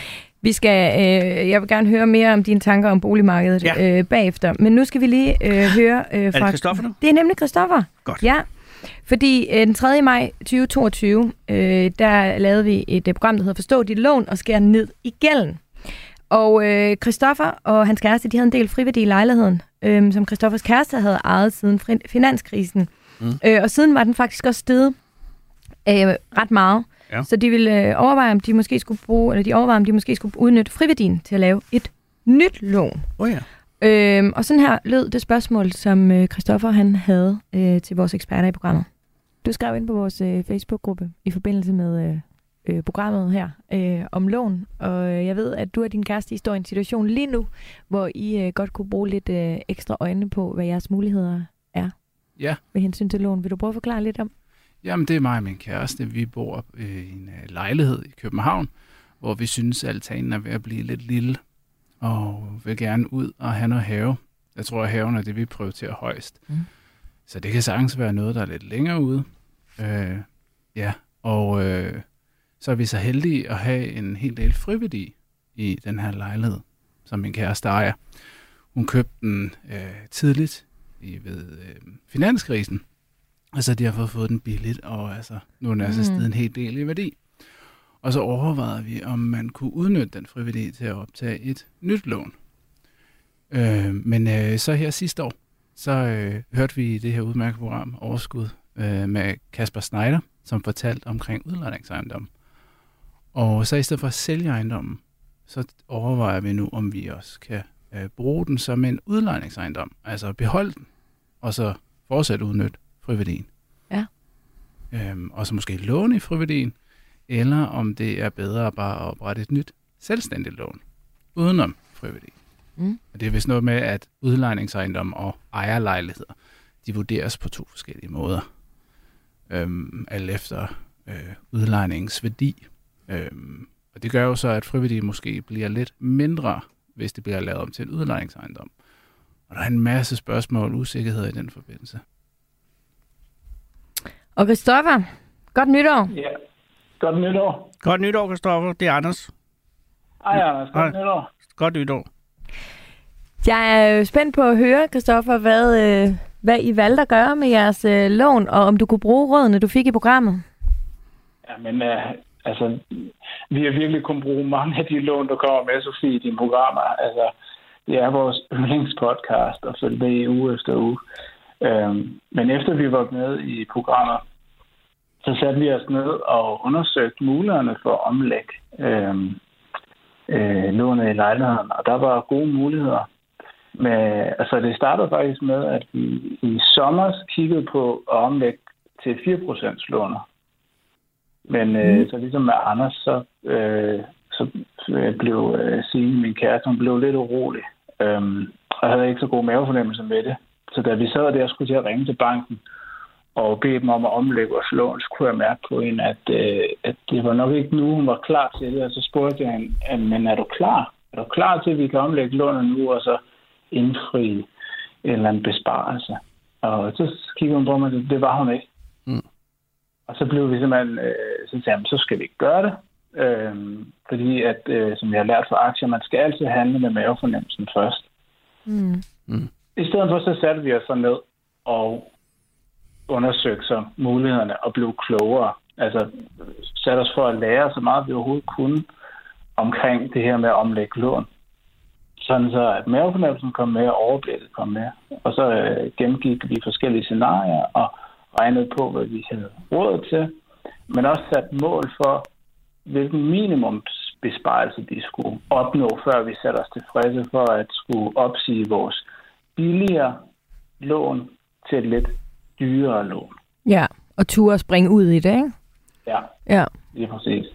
Jeg vil gerne høre mere om dine tanker om boligmarkedet bagefter. Men nu skal vi lige høre fra... Er det Christoffer nu? Det er nemlig Christoffer. Godt. Ja, fordi den 3. maj 2022, der lavede vi et program, der hedder Forstå dit lån og skære ned i gælden. Og Christoffer og hans kæreste, de havde en del friværdi i lejligheden, som Christoffers kæreste havde ejet siden finanskrisen. Og siden var den faktisk også steget ret meget. Ja. Så de ville overveje, om de måske skulle udnytte friværdien til at lave et nyt lån. Og sådan her lød det spørgsmål, som Christoffer han havde til vores eksperter i programmet. Du skrev ind på vores Facebook-gruppe i forbindelse med programmet her om lån, og jeg ved, at du og din kæreste står i en situation lige nu, hvor I godt kunne bruge lidt ekstra øjne på, hvad jeres muligheder er med hensyn til lån. Vil du prøve at forklare lidt om? Jamen, det er mig og min kæreste. Vi bor i en lejlighed i København, hvor vi synes, at altanen er ved at blive lidt lille, og vil gerne ud og have noget have. Jeg tror, at haven er det, vi prioriterer højst. Så det kan sagtens være noget, der er lidt længere ude. Så er vi så heldige at have en hel del friværdi i den her lejlighed, som min kæreste ejer. Hun købte den tidligt ved finanskrisen, og så de har fået den billigt, og altså, nu er den altså steget en hel del i værdi. Og så overvejede vi, om man kunne udnytte den friværdi til at optage et nyt lån. Men så her sidste år, så hørte vi det her udmærkede program, Overskud, med Kasper Schneider, som fortalte omkring udlejningsejendom. Og så i stedet for at sælge ejendommen, så overvejer vi nu, om vi også kan bruge den som en udlejningsejendom. Altså beholde den, og så fortsætte udnytte friværdien. Ja. Og så måske låne i friværdien, eller om det er bedre bare at oprette et nyt selvstændigt lån, udenom friværdien. Og det er vist noget med, at udlejningsejendom og ejerlejligheder, de vurderes på 2 forskellige måder. Alt efter udlejningens værdi. Og det gør jo så, at friværdien måske bliver lidt mindre, hvis det bliver lavet om til en udlejningsejendom. Og der er en masse spørgsmål og usikkerheder i den forbindelse. Og Christoffer, godt nytår. Ja, godt nytår. Godt nytår, Christoffer. Det er Anders. Hej, Anders. Godt nytår. Godt nytår. Jeg er spændt på at høre, Christoffer, hvad I valgte at gøre med jeres lån, og om du kunne bruge rådene, du fik i programmet. Ja, men vi har virkelig kunnet bruge mange af de lån, der kommer med, Sofie, i dine programmer. Altså, det er vores yndlingspodcast at følge med i uge efter uge. Men efter vi var med i programmet, så satte vi os ned og undersøgte mulighederne for at omlægge lånet i lejligheden. Og der var gode muligheder. Det startede faktisk med, at vi i sommer kiggede på at omlægge til 4% låner. Men så ligesom med Anders, så blev Signe, min kæreste, hun blev lidt urolig. Og havde ikke så god mavefornemmelse med det. Så da vi sad der og skulle til at ringe til banken og bede dem om at omlægge vores lån, så kunne jeg mærke på hende, at det var nok ikke nu, hun var klar til det. Og så spurgte jeg hende, men er du klar? Er du klar til, at vi kan omlægge lånet nu, og så indfri en eller anden besparelse? Og så kiggede hun på mig, det var hun ikke. Og så blev vi simpelthen, så skal vi ikke gøre det. Fordi at, som jeg har lært for aktier, man skal altid handle med mavefornemmelsen først. I stedet for, så satte vi os så ned og undersøgte så mulighederne og blev klogere. Altså satte os for at lære så meget, vi overhovedet kunne omkring det her med at omlægge lån. Sådan så, at mavefornemmelsen kom med, og overblikket kom med. Og så gennemgik vi forskellige scenarier og regnede på, hvad vi havde råd til. Men også sat mål for, hvilken minimumsbesparelse vi skulle opnå, før vi satte os tilfredse for at skulle opsige vores billigere lån til et lidt dyrere lån. Ja, og turde springe ud i det, ikke? Ja. Lige præcis.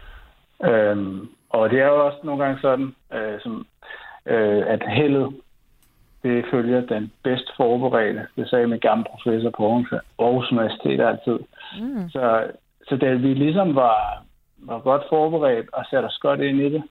Og det er jo også nogle gange sådan, at heldet, det følger den bedst forberedte. Det sagde min gamle professor på Aarhus Universitet altid. Så da vi ligesom var godt forberedt og satte os godt ind i det,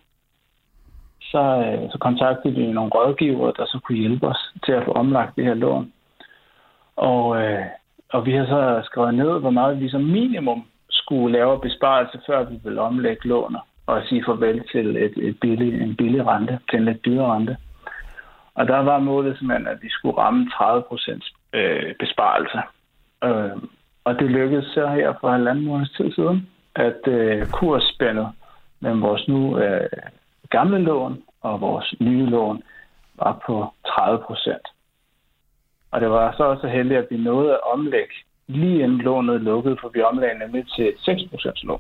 så kontaktede vi nogle rådgivere, der så kunne hjælpe os til at få omlagt det her lån. Og vi har så skrevet ned, hvor meget vi som minimum skulle lave besparelse, før vi ville omlægge lånet. og sige farvel til en billig rente, til en lidt dyrere rente. Og der var målet simpelthen, at vi skulle ramme 30% besparelse. Og det lykkedes så her for 1,5 måneds tid siden, at kursspændet mellem vores nu gamle lån og vores nye lån var på 30%. Og det var så også heldigt, at vi nåede at omlægge lige inden lånet lukkede, for vi omlagde nemlig til et 6% lån.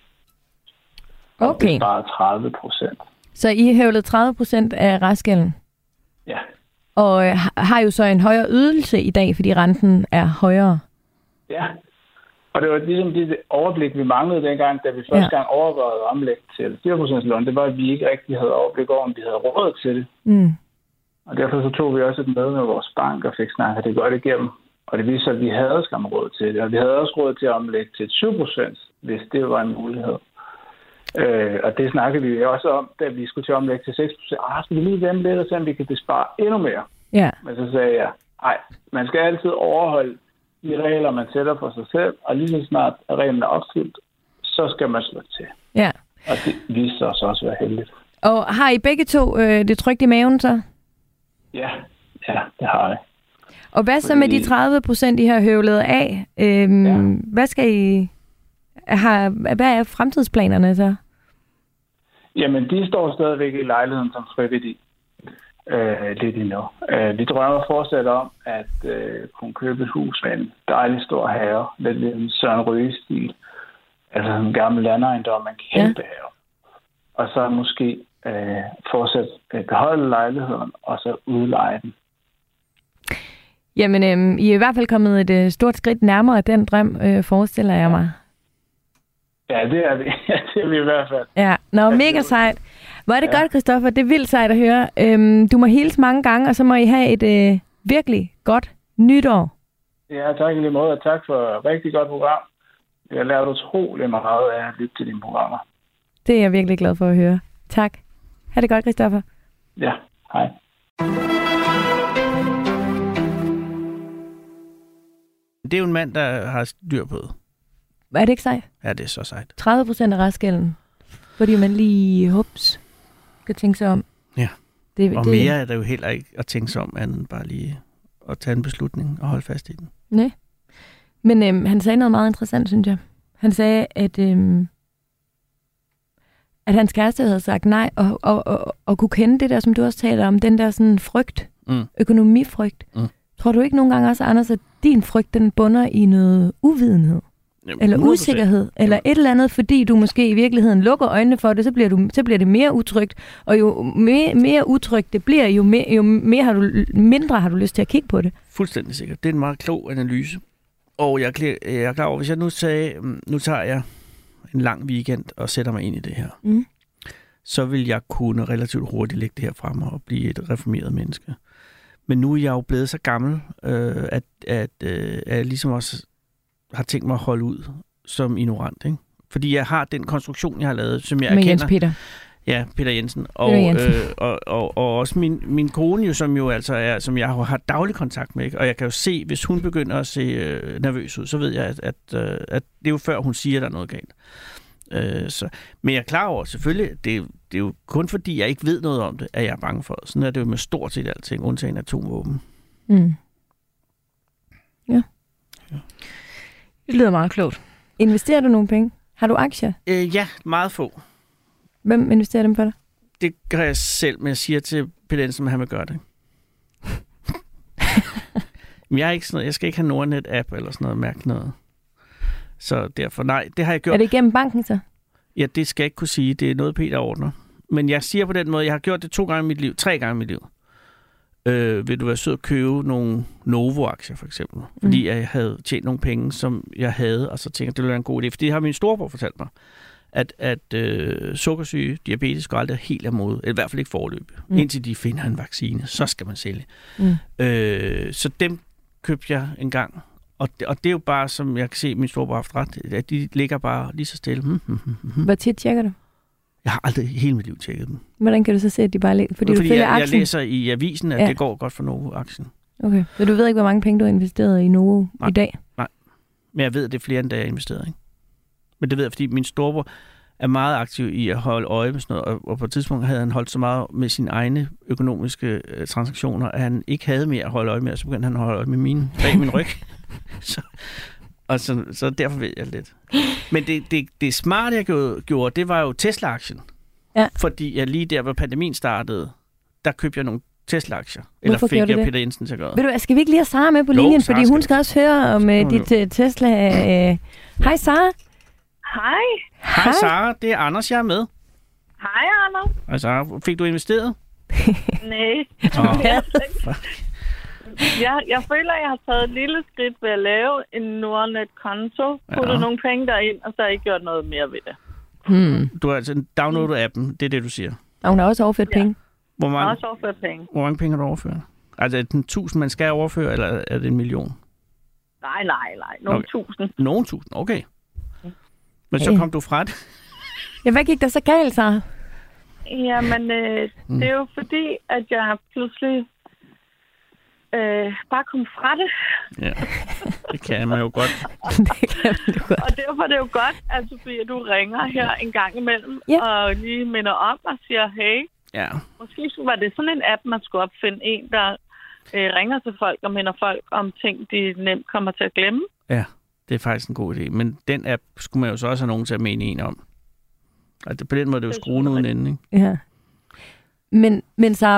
Okay. Og bare 30%. Så I hævlede 30% af restgælden? Ja. Og har jo så en højere ydelse i dag, fordi renten er højere? Ja. Og det var ligesom det overblik, vi manglede dengang, da vi første gang overvejede at omlægge til 4% lån. Det var, at vi ikke rigtig havde overblik over, om vi havde råd til det. Mm. Og derfor så tog vi også et møde med vores bank og fik snakket det godt igennem. Og det viste sig, at vi havde skam råd til det. Og vi havde også råd til at omlægge til 7%, hvis det var en mulighed. Og det snakkede vi også om, da vi skulle til at omlægge til 6%. Skal vi lige vente lidt og se, om vi kan bespare endnu mere? Ja. Men så sagde jeg, nej, man skal altid overholde de regler, man sætter for sig selv, og lige så snart reglen er opfyldt, så skal man slå til. Ja. Og det viste sig også at være heldigt. Og har I begge to det trygt i maven så? Ja, det har jeg. Og hvad så med de 30%, I har høvlet af? Hvad skal I... Hvad er fremtidsplanerne så? Jamen, de står stadigvæk i lejligheden som frivillige lidt endnu. Vi drømmer fortsat om at kunne købe et hus med en dejlig stor have, lidt en Søren Ryge-stil. Altså en gammel landejendom, en kæmpe have. Og så måske fortsat beholde lejligheden, og så udleje den. Jamen, I er i hvert fald kommet et stort skridt nærmere den drøm, forestiller jeg mig. Ja, det er vi. Det er vi i hvert fald. Ja, mega sejt. Hvor er det godt, Christoffer. Det er vildt sejt at høre. Du må hilse mange gange, og så må I have et virkelig godt nytår. Ja, tak i lige måde, og tak for et rigtig godt program. Jeg har lært utrolig meget af at lytte til dine programmer. Det er jeg virkelig glad for at høre. Tak. Ha' det godt, Christoffer. Ja, hej. Det er jo en mand, der har styr på det. Er det ikke sejt? Ja, det er så sejt. 30% af restgælden, fordi man lige, skal tænke sig om. Ja, og mere er der jo heller ikke at tænke sig om, andet bare lige at tage en beslutning og holde fast i den. Nej. Men han sagde noget meget interessant, synes jeg. Han sagde, at hans kæreste havde sagt nej, og kunne kende det der, som du også taler om, den der sådan frygt, økonomifrygt. Tror du ikke nogle gange også, Anders, at din frygt, den bunder i noget uvidenhed? Eller 100%. Usikkerhed, eller et eller andet, fordi du måske i virkeligheden lukker øjnene for det, så bliver det mere utrygt, og jo mere utrygt det bliver, jo mindre har du lyst til at kigge på det. Fuldstændig sikkert. Det er en meget klog analyse. Og jeg er klar over, hvis jeg nu sagde, nu tager jeg en lang weekend og sætter mig ind i det her, så vil jeg kunne relativt hurtigt lægge det her frem og blive et reformeret menneske. Men nu er jeg jo blevet så gammel, at jeg ligesom også har tænkt mig at holde ud som ignorant, ikke? Fordi jeg har den konstruktion, jeg har lavet, som jeg erkender. Med Jens Peter. Ja, Peter Jensen. Og også min kone, jo, som jo altså er, som jeg har daglig kontakt med, ikke? Og jeg kan jo se, hvis hun begynder at se nervøs ud, så ved jeg, at det er jo før, hun siger, at der er noget galt. Men jeg er klar over, selvfølgelig, det er jo kun fordi, jeg ikke ved noget om det, at jeg er bange for det. Sådan er det jo med stort set alting, undtagen atomvåben. Ja. Det lyder meget klogt. Investerer du nogle penge? Har du aktier? Ja, meget få. Hvem investerer dem for dig? Det gør jeg selv, men jeg siger til Peter Jensen, at han vil gøre det. Men jeg skal ikke have Nordnet-app eller sådan noget mærke noget. Så derfor, nej, det har jeg gjort. Er det igennem banken så? Ja, det skal jeg ikke kunne sige. Det er noget, Peter ordner. Men jeg siger på den måde, jeg har gjort det 3 gange i mit liv. Vil du være sød at købe nogle Novo-aktier, for eksempel? Fordi jeg havde tjent nogle penge, som jeg havde, og så tænkte jeg, det ville være en god idé. Fordi det har min storebror fortalt mig, at sukkersyge, diabetes går aldrig helt af mode, eller i hvert fald ikke forløb. Indtil de finder en vaccine, så skal man sælge. Så dem købte jeg en gang. Og det er jo bare, som jeg kan se, min storebror har haft ret, at de ligger bare lige så stille. Hvor tit tjekker du? Jeg har aldrig i hele mit liv tjekket dem. Hvordan kan du så se, at de bare ligger? Fordi du følger aktien? Jeg læser i avisen, at det går godt for Novo-aktien. Okay, så du ved ikke, hvor mange penge du har investeret i Novo i dag? Nej, men jeg ved, at det er flere, end da jeg investerede, ikke? Men det ved jeg, fordi min storebror er meget aktiv i at holde øje med sådan noget, og på et tidspunkt havde han holdt så meget med sine egne økonomiske transaktioner, at han ikke havde mere at holde øje med, og så begyndte han at holde øje med mine bag min ryg. Så derfor ved jeg lidt. Men det smarte, jeg gjorde, det var jo Tesla-aktien. Ja. Fordi jeg lige der, hvor pandemien startede, der købte jeg nogle Tesla-aktier. Hvorfor Eller fik jeg det? Peter Jensen til at gøre. Ved du hvad, skal vi ikke lige have Sara med på linjen? Sara Fordi hun skal- skal også høre om dit Tesla. Hej, Sara. Hej. Hej Sara, det er Anders, jeg er med. Hej, Anders. Hej Sara, fik du investeret? Nej. Åh. Jeg føler, at jeg har taget et lille skridt ved at lave en Nordnet-konto, puttet nogle penge derind, og så har jeg ikke gjort noget mere ved det. Du har altså downloadet appen, det er det, du siger. Og hun har også overført penge. Hvor Jeg har mange, også overført penge. hvor mange penge har du overført? Altså er det 1.000, man skal overføre, eller er det 1 million? Nej. Nogle Okay. tusind. Nogen 1.000, okay. Men så kom du fra det. Ja, hvad gik der så galt, Sara? Jamen, det er jo fordi, at jeg pludselig bare kom fra det. Ja, det kan man jo godt. Det kan du godt. Og derfor er det jo godt, at Sofie, du ringer her en gang imellem, og lige minder om og siger, hey, Ja, måske var det sådan en app, man skulle opfinde. En, der ringer til folk og minder folk om ting, de nemt kommer til at glemme. ja, det er faktisk en god idé. Men den app skulle man jo så også have nogen til at mene en om. Altså, på den måde er det jo skruen uden ende, ikke? Ja. Men Sara,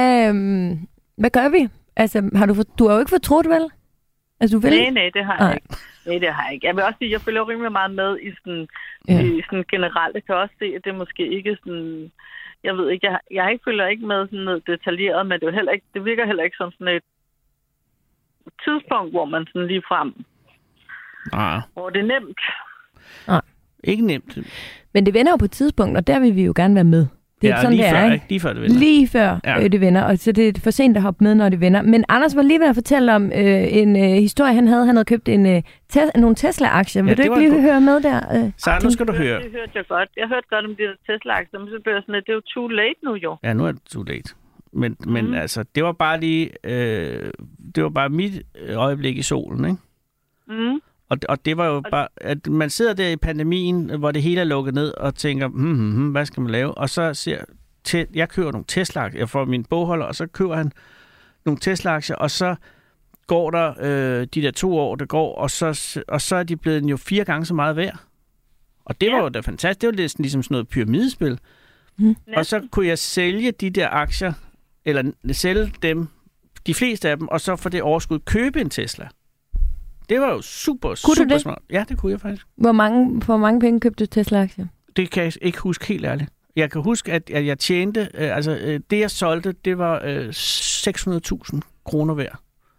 hvad gør vi? Altså, du har jo ikke fortrudt, vel? Altså, du vil... Nej, det har jeg ikke. Nej, det har jeg ikke. Jeg vil også sige, at jeg følger rimelig meget med i sådan generelt. Jeg kan også se, at det måske ikke sådan... Jeg ved ikke, jeg følger ikke med sådan noget detaljeret, men det virker heller ikke som sådan et tidspunkt, hvor man sådan lige frem... Nej, Hvor det er nemt. ikke nemt. Men det vender jo på et tidspunkt, og der vil vi jo gerne være med. Det er ikke sådan, lige det før, er, ikke? Lige før det vender. Lige før det vender, og så det er for sent at hoppe med, når det vender. Men Anders var lige ved at fortælle om en historie, han havde købt nogle Tesla-aktier. Vil du ikke lige høre med der? Så nu skal du høre. Det hørte jeg godt. Jeg hørte godt om de der Tesla-aktier, men så blev jeg sådan, at det er jo too late nu jo. Ja, nu er det too late. Men altså, det var bare lige... det var bare mit øjeblik i solen, ikke? Mm. Og det var jo bare, at man sidder der i pandemien, hvor det hele er lukket ned, og tænker, hvad skal man lave? Og så jeg køber nogle Tesla-aktier, jeg får min bogholder, og så køber han nogle Tesla-aktier, og så går der de der 2 år, der går, og så er de blevet jo 4 gange så meget værd. Og det var jo da fantastisk. Det var lidt ligesom sådan noget pyramidespil. Og så kunne jeg sælge de der aktier, eller sælge dem, de fleste af dem, og så for det overskud købe en Tesla. Det var jo super smart. Ja, det kunne jeg faktisk. Hvor mange penge købte du Tesla-aktier? Det kan jeg ikke huske helt ærligt. Jeg kan huske, at jeg tjente... det jeg solgte, det var 600.000 kroner værd.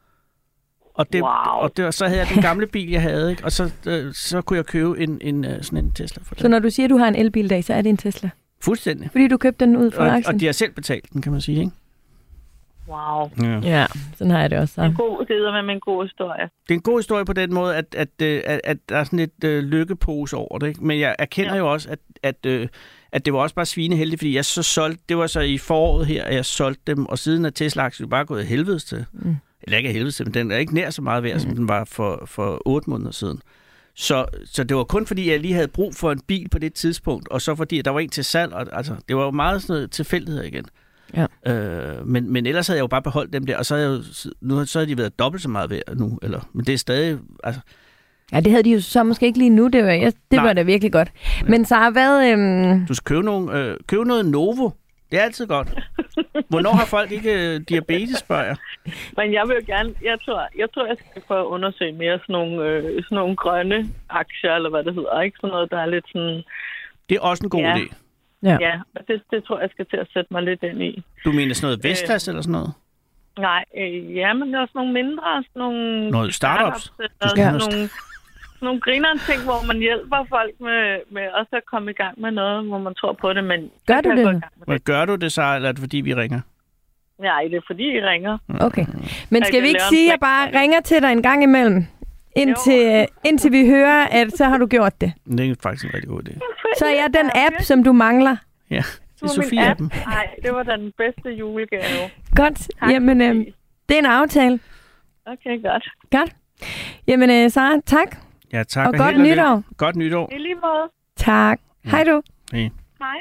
Og så havde jeg den gamle bil, jeg havde, ikke? Og så kunne jeg købe sådan en Tesla for det. Så når du siger, at du har en elbil i dag, så er det en Tesla? Fuldstændig. Fordi du købte den ud fra aktien? Og de har selv betalt den, kan man sige, ikke? Wow. Ja, sådan har jeg det også. Så. Det er med en god historie. Det er en god historie på den måde, at der er sådan lidt lykkepose over det. Ikke? Men jeg erkender jo også, at det var også bare svineheldigt, fordi jeg så solgte, det var så i foråret her, at jeg solgte dem, og siden er Tesla-aktien bare gået af helvedes til. Eller ikke af helvedes til, men den er ikke nær så meget værd, som den var for 8 måneder siden. Så det var kun fordi, jeg lige havde brug for en bil på det tidspunkt, og så fordi, at der var en til salg, og altså, det var jo meget sådan noget tilfældighed igen. Ja. Men ellers havde jeg jo bare beholdt dem der, og så havde de været dobbelt så meget værd nu. Men det er stadig... Altså... Ja, det havde de jo så måske ikke lige nu. Det var da virkelig godt. Men så hvad... Du skal købe noget Novo. Det er altid godt. Hvornår har folk ikke diabetes, spørger jeg? Men jeg vil jo gerne... Jeg tror, jeg skal prøve at undersøge mere sådan nogle grønne aktier, eller hvad det hedder. Ikke sådan noget, der er lidt sådan... Det er også en god idé. Ja, det tror jeg skal til at sætte mig lidt ind i. Du mener sådan noget Vestas eller sådan noget? Nej, men det er også nogle mindre, sådan nogle... Noget startups? Sådan nogle grinerende ting, hvor man hjælper folk med også at komme i gang med noget, hvor man tror på det, men... Gør du det? Men gør du det så, eller er det fordi, vi ringer? Nej, det er fordi, I ringer. Okay. Men skal vi ikke sige, at jeg bare ringer til dig en gang imellem? Indtil vi hører, at så har du gjort det. Det er faktisk en rigtig god idé. Så er jeg den app, som du mangler. Ja, det er Sofie-appen. Nej, det var den bedste julegave. Godt. Tak. Jamen, det er en aftale. Okay, godt. Godt. Jamen, Sara, tak. Ja, tak. Og godt nytår. Godt nytår. I lige måde. Tak. Hej du. Hej. Hej.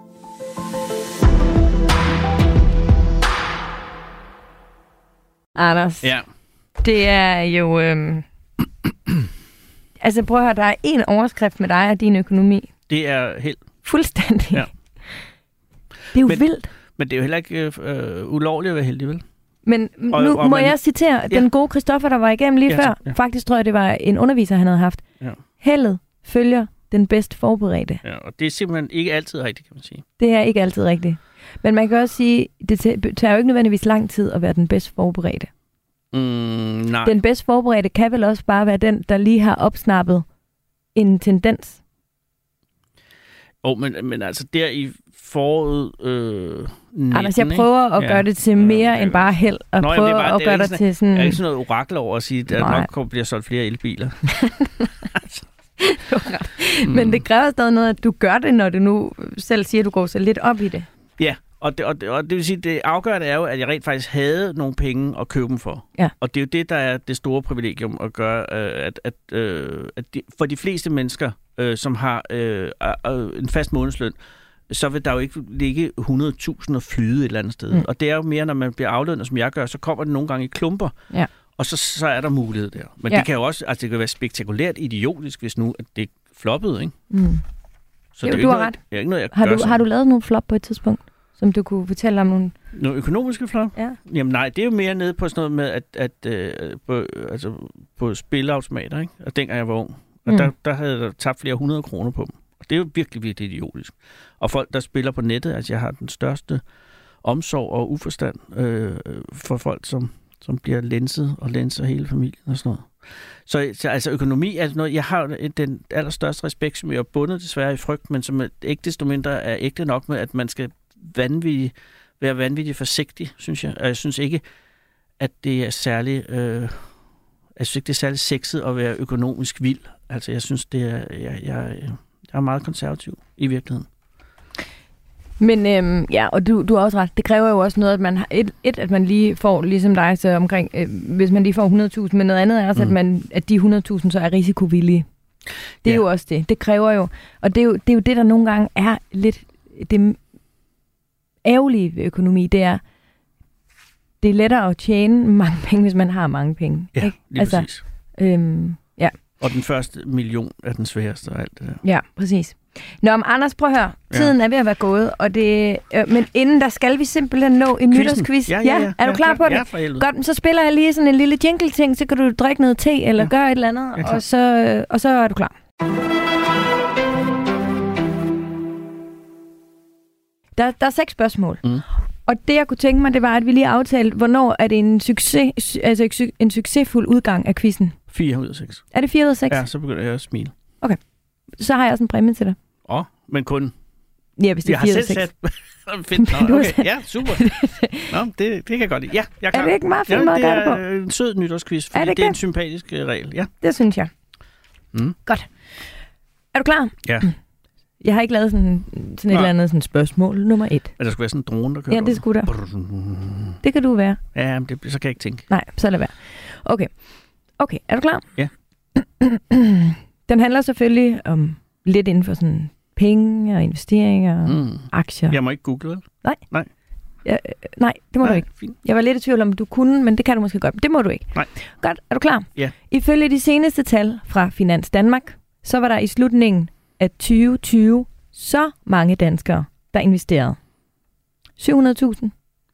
Anders, Ja. det er jo... altså prøv at høre, der er en overskrift med dig og din økonomi. Det er helt... Fuldstændig. Ja. Det er jo vildt. Men det er jo heller ikke ulovligt at være heldig, vel? Men nu må jeg citere den gode Christoffer, der var igennem lige før. Ja. Faktisk tror jeg, det var en underviser, han havde haft. Ja. Heldet følger den bedst forberedte. Ja, og det er simpelthen ikke altid rigtigt, kan man sige. Det er ikke altid rigtigt. Men man kan også sige, det tager jo ikke nødvendigvis lang tid at være den bedst forberedte. Nej. Den bedst forberedte kan vel også bare være den, der lige har opsnappet en tendens. Men altså der i foråret 19, Anders, jeg prøver at gøre det til mere end bare held. Og prøver at gøre det til sådan... Jeg er ikke sådan noget orakel over at sige, at der nok bliver solgt flere elbiler. Men det kræver stadig noget, at du gør det, når du nu selv siger, at du går så lidt op i det. Ja, og det vil sige, det afgørende er jo, at jeg rent faktisk havde nogle penge at købe dem for. Ja. Og det er jo det, der er det store privilegium at gøre, at for de fleste mennesker, som har en fast månedsløn, så vil der jo ikke ligge 100.000 og flyde et eller andet sted. Og det er jo mere, når man bliver aflønnet, som jeg gør, så kommer det nogle gange i klumper. Ja. Og så er der mulighed der. Men det kan jo også, altså det kan være spektakulært idiotisk, hvis nu at det floppede, ikke? Så det er du har ret. Ikke noget, har du lavet nogle flop på et tidspunkt, som du kunne fortælle om nogle... Nogle økonomiske flop? Ja. Jamen nej, det er jo mere nede på sådan noget med, på spilleautomater, ikke? Og dengang jeg var ung. Og der havde jeg tabt flere 100 kroner på dem. Og det er jo virkelig, virkelig idiotisk. Og folk, der spiller på nettet, altså jeg har den største omsorg og uforstand for folk, som bliver lænser hele familien og sådan noget. Så altså økonomi er noget, jeg har den allerstørste respekt, som jeg er bundet desværre i frygt, men som ikke desto mindre er ægte nok med, at man skal være vanvittigt forsigtig, synes jeg. Og jeg synes ikke, at det er særlig... jeg synes ikke, det er særlig sexet at være økonomisk vild. Altså jeg synes, det er... Jeg er meget konservativ i virkeligheden. Men og du har også ret. Det kræver jo også noget, at man har at man lige får, ligesom dig, så omkring, hvis man lige får 100.000, men noget andet er også, at de 100.000 så er risikovillige. Det er jo også det. Det kræver jo, og det er jo det, der nogle gange er lidt det ærgerlige ved økonomi, det er lettere at tjene mange penge, hvis man har mange penge. Ja, ikke? lige præcis. Og den første million er den sværeste og alt det der. Ja, præcis. Nå, men Anders, prøv at høre. Tiden er ved at være gået, og det, men inden der skal vi simpelthen nå en nytårsquiz. Ja. Er du klar på det? Ja, for helvede. Godt, så spiller jeg lige sådan en lille jingle-ting, så kan du drikke noget te eller gøre et eller andet, og så er du klar. Der er 6 spørgsmål. Og det, jeg kunne tænke mig, det var, at vi lige aftalte, hvornår er det en succesfuld udgang af quizzen? 4 ud af 6. Er det 4 ud af 6? Ja, så begynder jeg at smile. Okay. Så har jeg også en præmie til dig. Men kun... Ja, hvis det er 4 ud af 6. Fedt. Nå, okay. Ja, super. Nå, det kan jeg godt lide. Ja, jeg er klar. Er det ikke meget fint måde at gøre det på? Det er en sød nytårsquiz, fordi det er en sympatisk regel. Ja. Det synes jeg. Godt. Er du klar? Ja. Jeg har ikke lavet sådan et eller andet sådan spørgsmål nummer 1. Men der skulle være sådan en drone, der kører. Ja, det skulle der. Det kan du være. Ja, men så kan jeg ikke tænke. Nej, så lad være. Okay, er du klar? Ja. Den handler selvfølgelig om lidt inden for sådan penge og investeringer, aktier. Jeg må ikke google, vel? Nej. Nej, det må du ikke. Fint. Jeg var lidt i tvivl om, du kunne, men det kan du måske godt. Det må du ikke. Nej. Godt, er du klar? Ja. Ifølge de seneste tal fra Finans Danmark, så var der i slutningen af 2020 så mange danskere, der investerede. 700.000,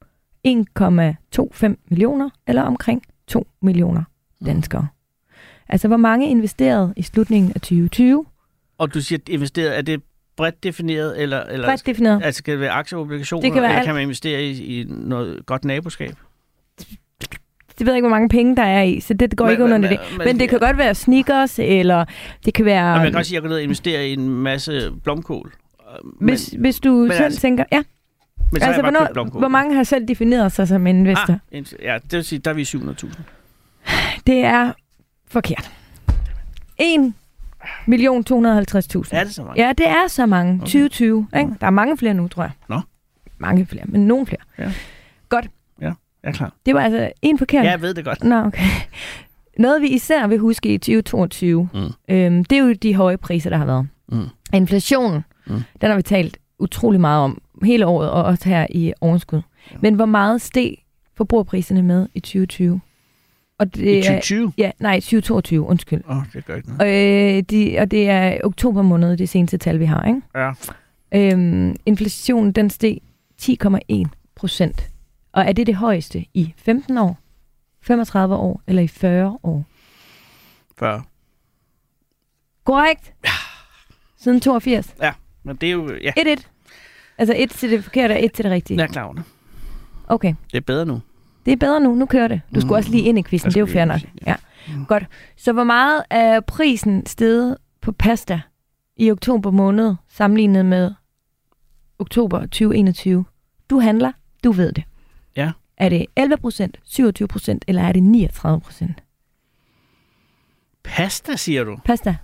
1,25 millioner eller omkring 2 millioner danskere. Altså, hvor mange investerede i slutningen af 2020? Og du siger, at investeret, er det bredt defineret? Eller bredt defineret. Altså, kan det være aktieobligationer, det kan være eller kan man investere i noget godt naboskab? Det ved jeg ikke, hvor mange penge der er i, så det går ikke under det. Men det kan godt være sneakers, eller det kan være... Jeg kan godt sige, at jeg kan ned og investere i en masse blomkål. Hvis du selv tænker... Ja. Men altså, hvor mange har selv defineret sig som investor? Ja, det vil sige, der er vi 700.000. Det er forkert. 1.250.000. Er det så mange? Ja, det er så mange. Okay. 2020. Ikke? Der er mange flere nu, tror jeg. Nå. Mange flere, men nogle flere. Ja. Godt. Ja, jeg er klar. Det var altså en forkert. Ja, jeg ved det godt. Nå, okay. Noget, vi især vil huske i 2022, det er jo de høje priser, der har været. Inflationen Den har vi talt utrolig meget om hele året, og også her i overskud. Ja. Men hvor meget steg forbrugerpriserne med i 2020? Og det I 2020? Ja, nej, 2022, undskyld. Det gør ikke noget. Og det er oktober måned, det seneste tal, vi har, ikke? Ja. Inflationen, den steg 10,1%. Og er det højeste i 15 år, 35 år eller i 40 år? 40. Korrekt. Ja. Siden 82. Ja, men det er jo... Ja. 1-1. Altså 1 til det forkerte og 1 til det rigtige. Jeg er klar over det. Okay. Det er bedre nu. Det er bedre nu. Nu kører det. Du skulle også lige ind i quizzen. Det er jo fair nok. Ja. Godt. Så hvor meget er prisen steget på pasta i oktober måned sammenlignet med oktober 2021? Du handler. Du ved det. Ja. Er det 11%, 27% eller er det 39%? Pasta, siger du? Pasta.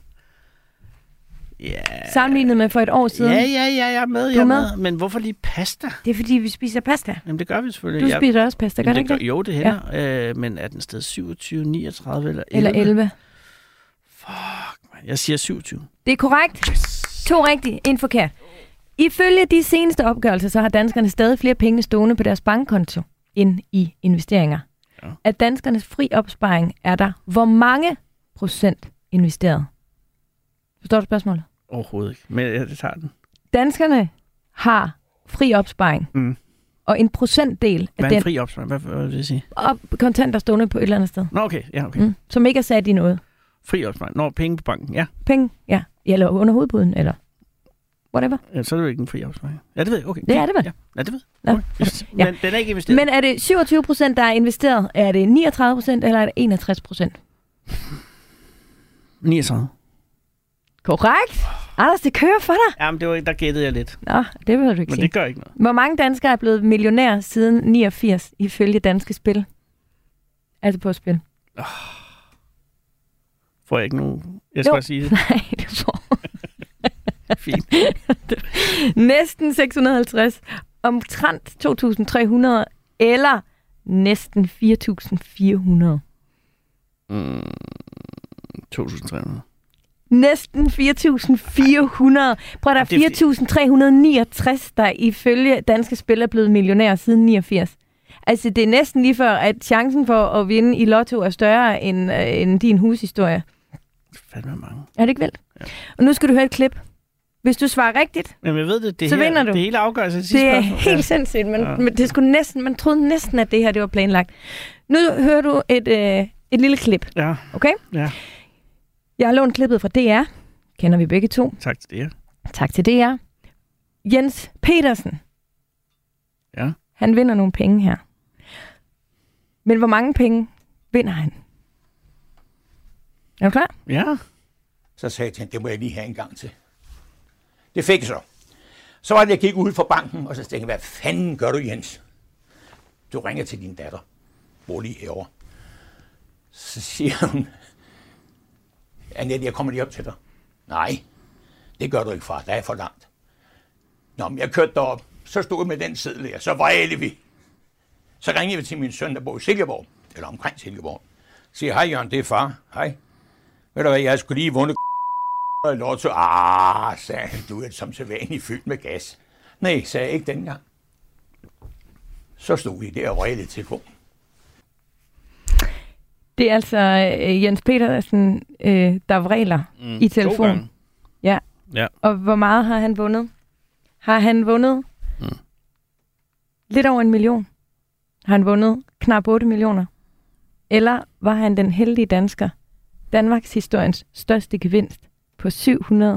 Ja. Sammenlignet med for et år siden. Ja, jeg er med. Jeg er med. Men hvorfor lige pasta? Det er fordi, vi spiser pasta. Jamen, det gør vi selvfølgelig. Du spiser også pasta, gør det ikke det? Jo, det hænder. Ja. Men er den sted 27, 39 eller 11? Eller 11. Fuck, man. Jeg siger 27. Det er korrekt. Yes. 2 rigtigt, 1 forkert. Ifølge de seneste opgørelser, så har danskerne stadig flere penge stående på deres bankkonto end i investeringer. Ja. At danskernes fri opsparing er der hvor mange procent investeret? Forstår du spørgsmålet? Overhovedet ikke, men det tager den. Danskerne har fri opsparing, og en procentdel af hvad den... Hvad er fri opsparing? Hvad vil det sige? Og kontanter stående på et eller andet sted. Nå, okay. Ja, okay. Som ikke er sat i noget. Fri opsparing. Nå, penge på banken, ja. Penge, ja. Eller under hovedbuden, eller whatever. Ja, så er det jo ikke en fri opsparing. Ja, det ved jeg. Okay. Det er det vel? Ja, det ved jeg. Okay. Ja. Men den er ikke investeret. Men er det 27%, der er investeret? Er det 39%, eller er det 61%? 39. Korrekt. Anders, det kører for dig. Jamen, det var, der gættede jeg lidt. Nå, det vil du ikke Men sige. det gør ikke noget. Hvor mange danskere er blevet millionær siden 89 ifølge Danske Spil? Altså på spil. Får jeg ikke nogen... Jeg skal bare sige det. Nej, du får. Fint. Næsten 650. Omtrent 2.300. Eller næsten 4.400. 2.300. Næsten 4.400. Prøv, der er 4.369, der ifølge Danske Spil er blevet millionær siden 89. Altså, det er næsten lige før, at chancen for at vinde i lotto er større end din hushistorie. Fandme mange. Er det ikke vildt? Ja. Og nu skal du høre et klip. Hvis du svarer rigtigt, jamen, jeg ved det, så vinder du. Det hele afgørelse. Det er helt sindssygt, men det skulle næsten, man troede næsten, at det her det var planlagt. Nu hører du et lille klip. Ja. Okay? Ja. Jeg har lånt klippet fra DR. Kender vi begge to. Tak til DR. Tak til DR. Jens Petersen. Ja. Han vinder nogle penge her. Men hvor mange penge vinder han? Er du klar? Ja. Så sagde jeg til hende, det må jeg lige have en gang til. Det fik jeg så. Så var det, jeg gik ud fra banken, og så tænkte jeg, hvad fanden gør du, Jens? Du ringer til din datter. Bor lige herovre. Så siger hun, Annette, jeg kommer lige op til dig. Nej, det gør du ikke, far. Der er for langt. Nå, men jeg kørte derop. Så stod jeg med den seddel der. Så vrælede vi. Så ringede vi til min søn, der bor i Silkeborg. Eller omkring Silkeborg. Siger, hej Jørgen, det er far. Hej. Ved du hvad, jeg skulle lige vundet i lotto. Sagde han, du er som sædvanligt fyldt med gas. Nej, sagde jeg ikke dengang. Så stod vi der og vrælede til telefonen. Det er altså Jens Petersen, der vræler i telefonen. Ja. Og hvor meget har han vundet? Har han vundet lidt over 1 million? Har han vundet knap 8 millioner? Eller var han den heldige dansker, Danmarks historiens største gevinst på 759.318.630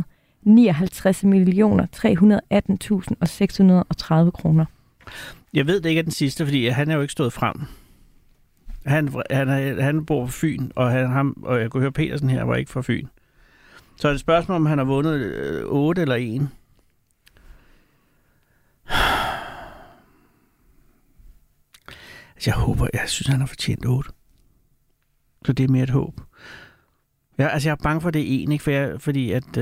kroner? Jeg ved det ikke af den sidste, fordi han er jo ikke stået frem. Han bor på Fyn, og og jeg kunne høre Petersen her var ikke fra Fyn. Så er det et spørgsmål, om han har vundet 8 eller 1. Altså, jeg synes, han har fortjent 8. Så det er mere et håb. Jeg er bange for, at det er 1, ikke? Fordi at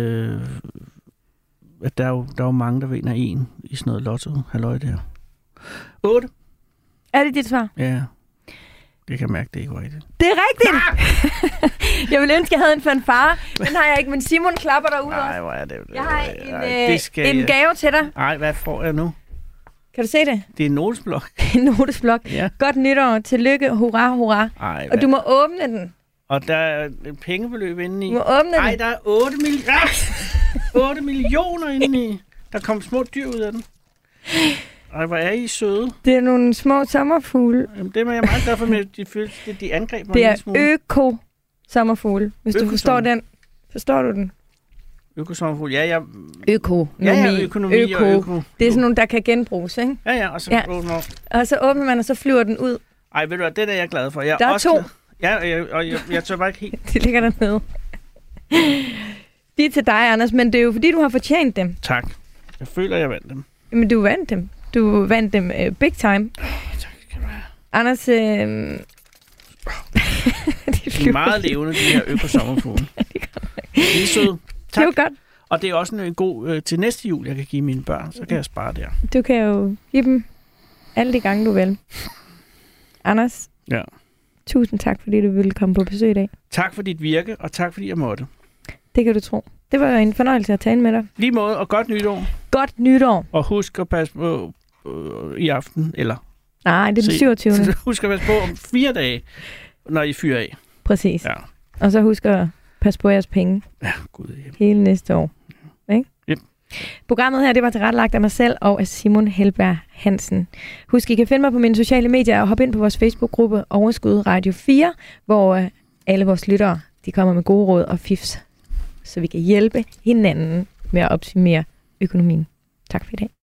der er jo mange, der vinder 1 i sådan noget lotto. Halløj der. 8. Er det dit svar? Ja. Det kan jeg mærke, det ikke var rigtigt. Det er rigtigt! Jeg ville ønske, jeg havde en fanfare. Den har jeg ikke, men Simon klapper derude også. Nej, hvor er det. Jeg har en gave til dig. Nej, hvad får jeg nu? Kan du se det? Det er en notesblok. En notesblok. Ja. Godt nytår. Tillykke. Hurra, hurra. Ej, og du må åbne den. Og der er et pengebeløb inde i. Du må åbne den. Nej, der er 8 millioner inde i. Der kom små dyr ud af den. Ej, hvor er I søde. Det er nogle små sommerfugle. Jamen, det er jeg meget glad for, med de angreb mig. Det er øko-sommerfugle. Hvis du forstår den. Forstår du den? Øko-sommerfugle, ja. Økonomi. Ja, økonomi og øko. Det er sådan nogle, der kan genbruges, ikke? Ja, og så åbner op. Og så åbner man, og så flyver den ud. Ej, ved du hvad, det er jeg glad for. Der er 2. Ja, og jeg tør bare ikke helt. Det ligger dernede. De er til dig, Anders, men det er jo fordi, du har fortjent dem. Tak. Jeg føler, jeg vandt dem. Men du vandt dem. Du vandt dem big time. Tak skal du have. Anders, de er meget levende, de her øko-sommerfugle. De er søde. Tak. Det er jo godt. Og det er også en god til næste jul, jeg kan give mine børn. Så kan jeg spare der. Du kan jo give dem alle de gange, du vil. Anders, ja. Tusind tak, fordi du ville komme på besøg i dag. Tak for dit virke, og tak fordi jeg måtte. Det kan du tro. Det var en fornøjelse at tale med dig. Lige måde, og godt nytår. Godt nytår. Og husk at passe på i aften, eller... Nej, det er den 27. Husk at passe på om 4 dage, når I fyrer af. Præcis. Ja. Og så husk at passe på jeres penge. Ja, gud. Hele næste år. Ikke? Yep. Programmet her, det var tilrettelagt af mig selv og af Simon Helberg Hansen. Husk, I kan finde mig på mine sociale medier og hoppe ind på vores Facebook-gruppe Overskud Radio 4, hvor alle vores lyttere, de kommer med gode råd og fifs, så vi kan hjælpe hinanden med at optimere økonomien. Tak for i dag.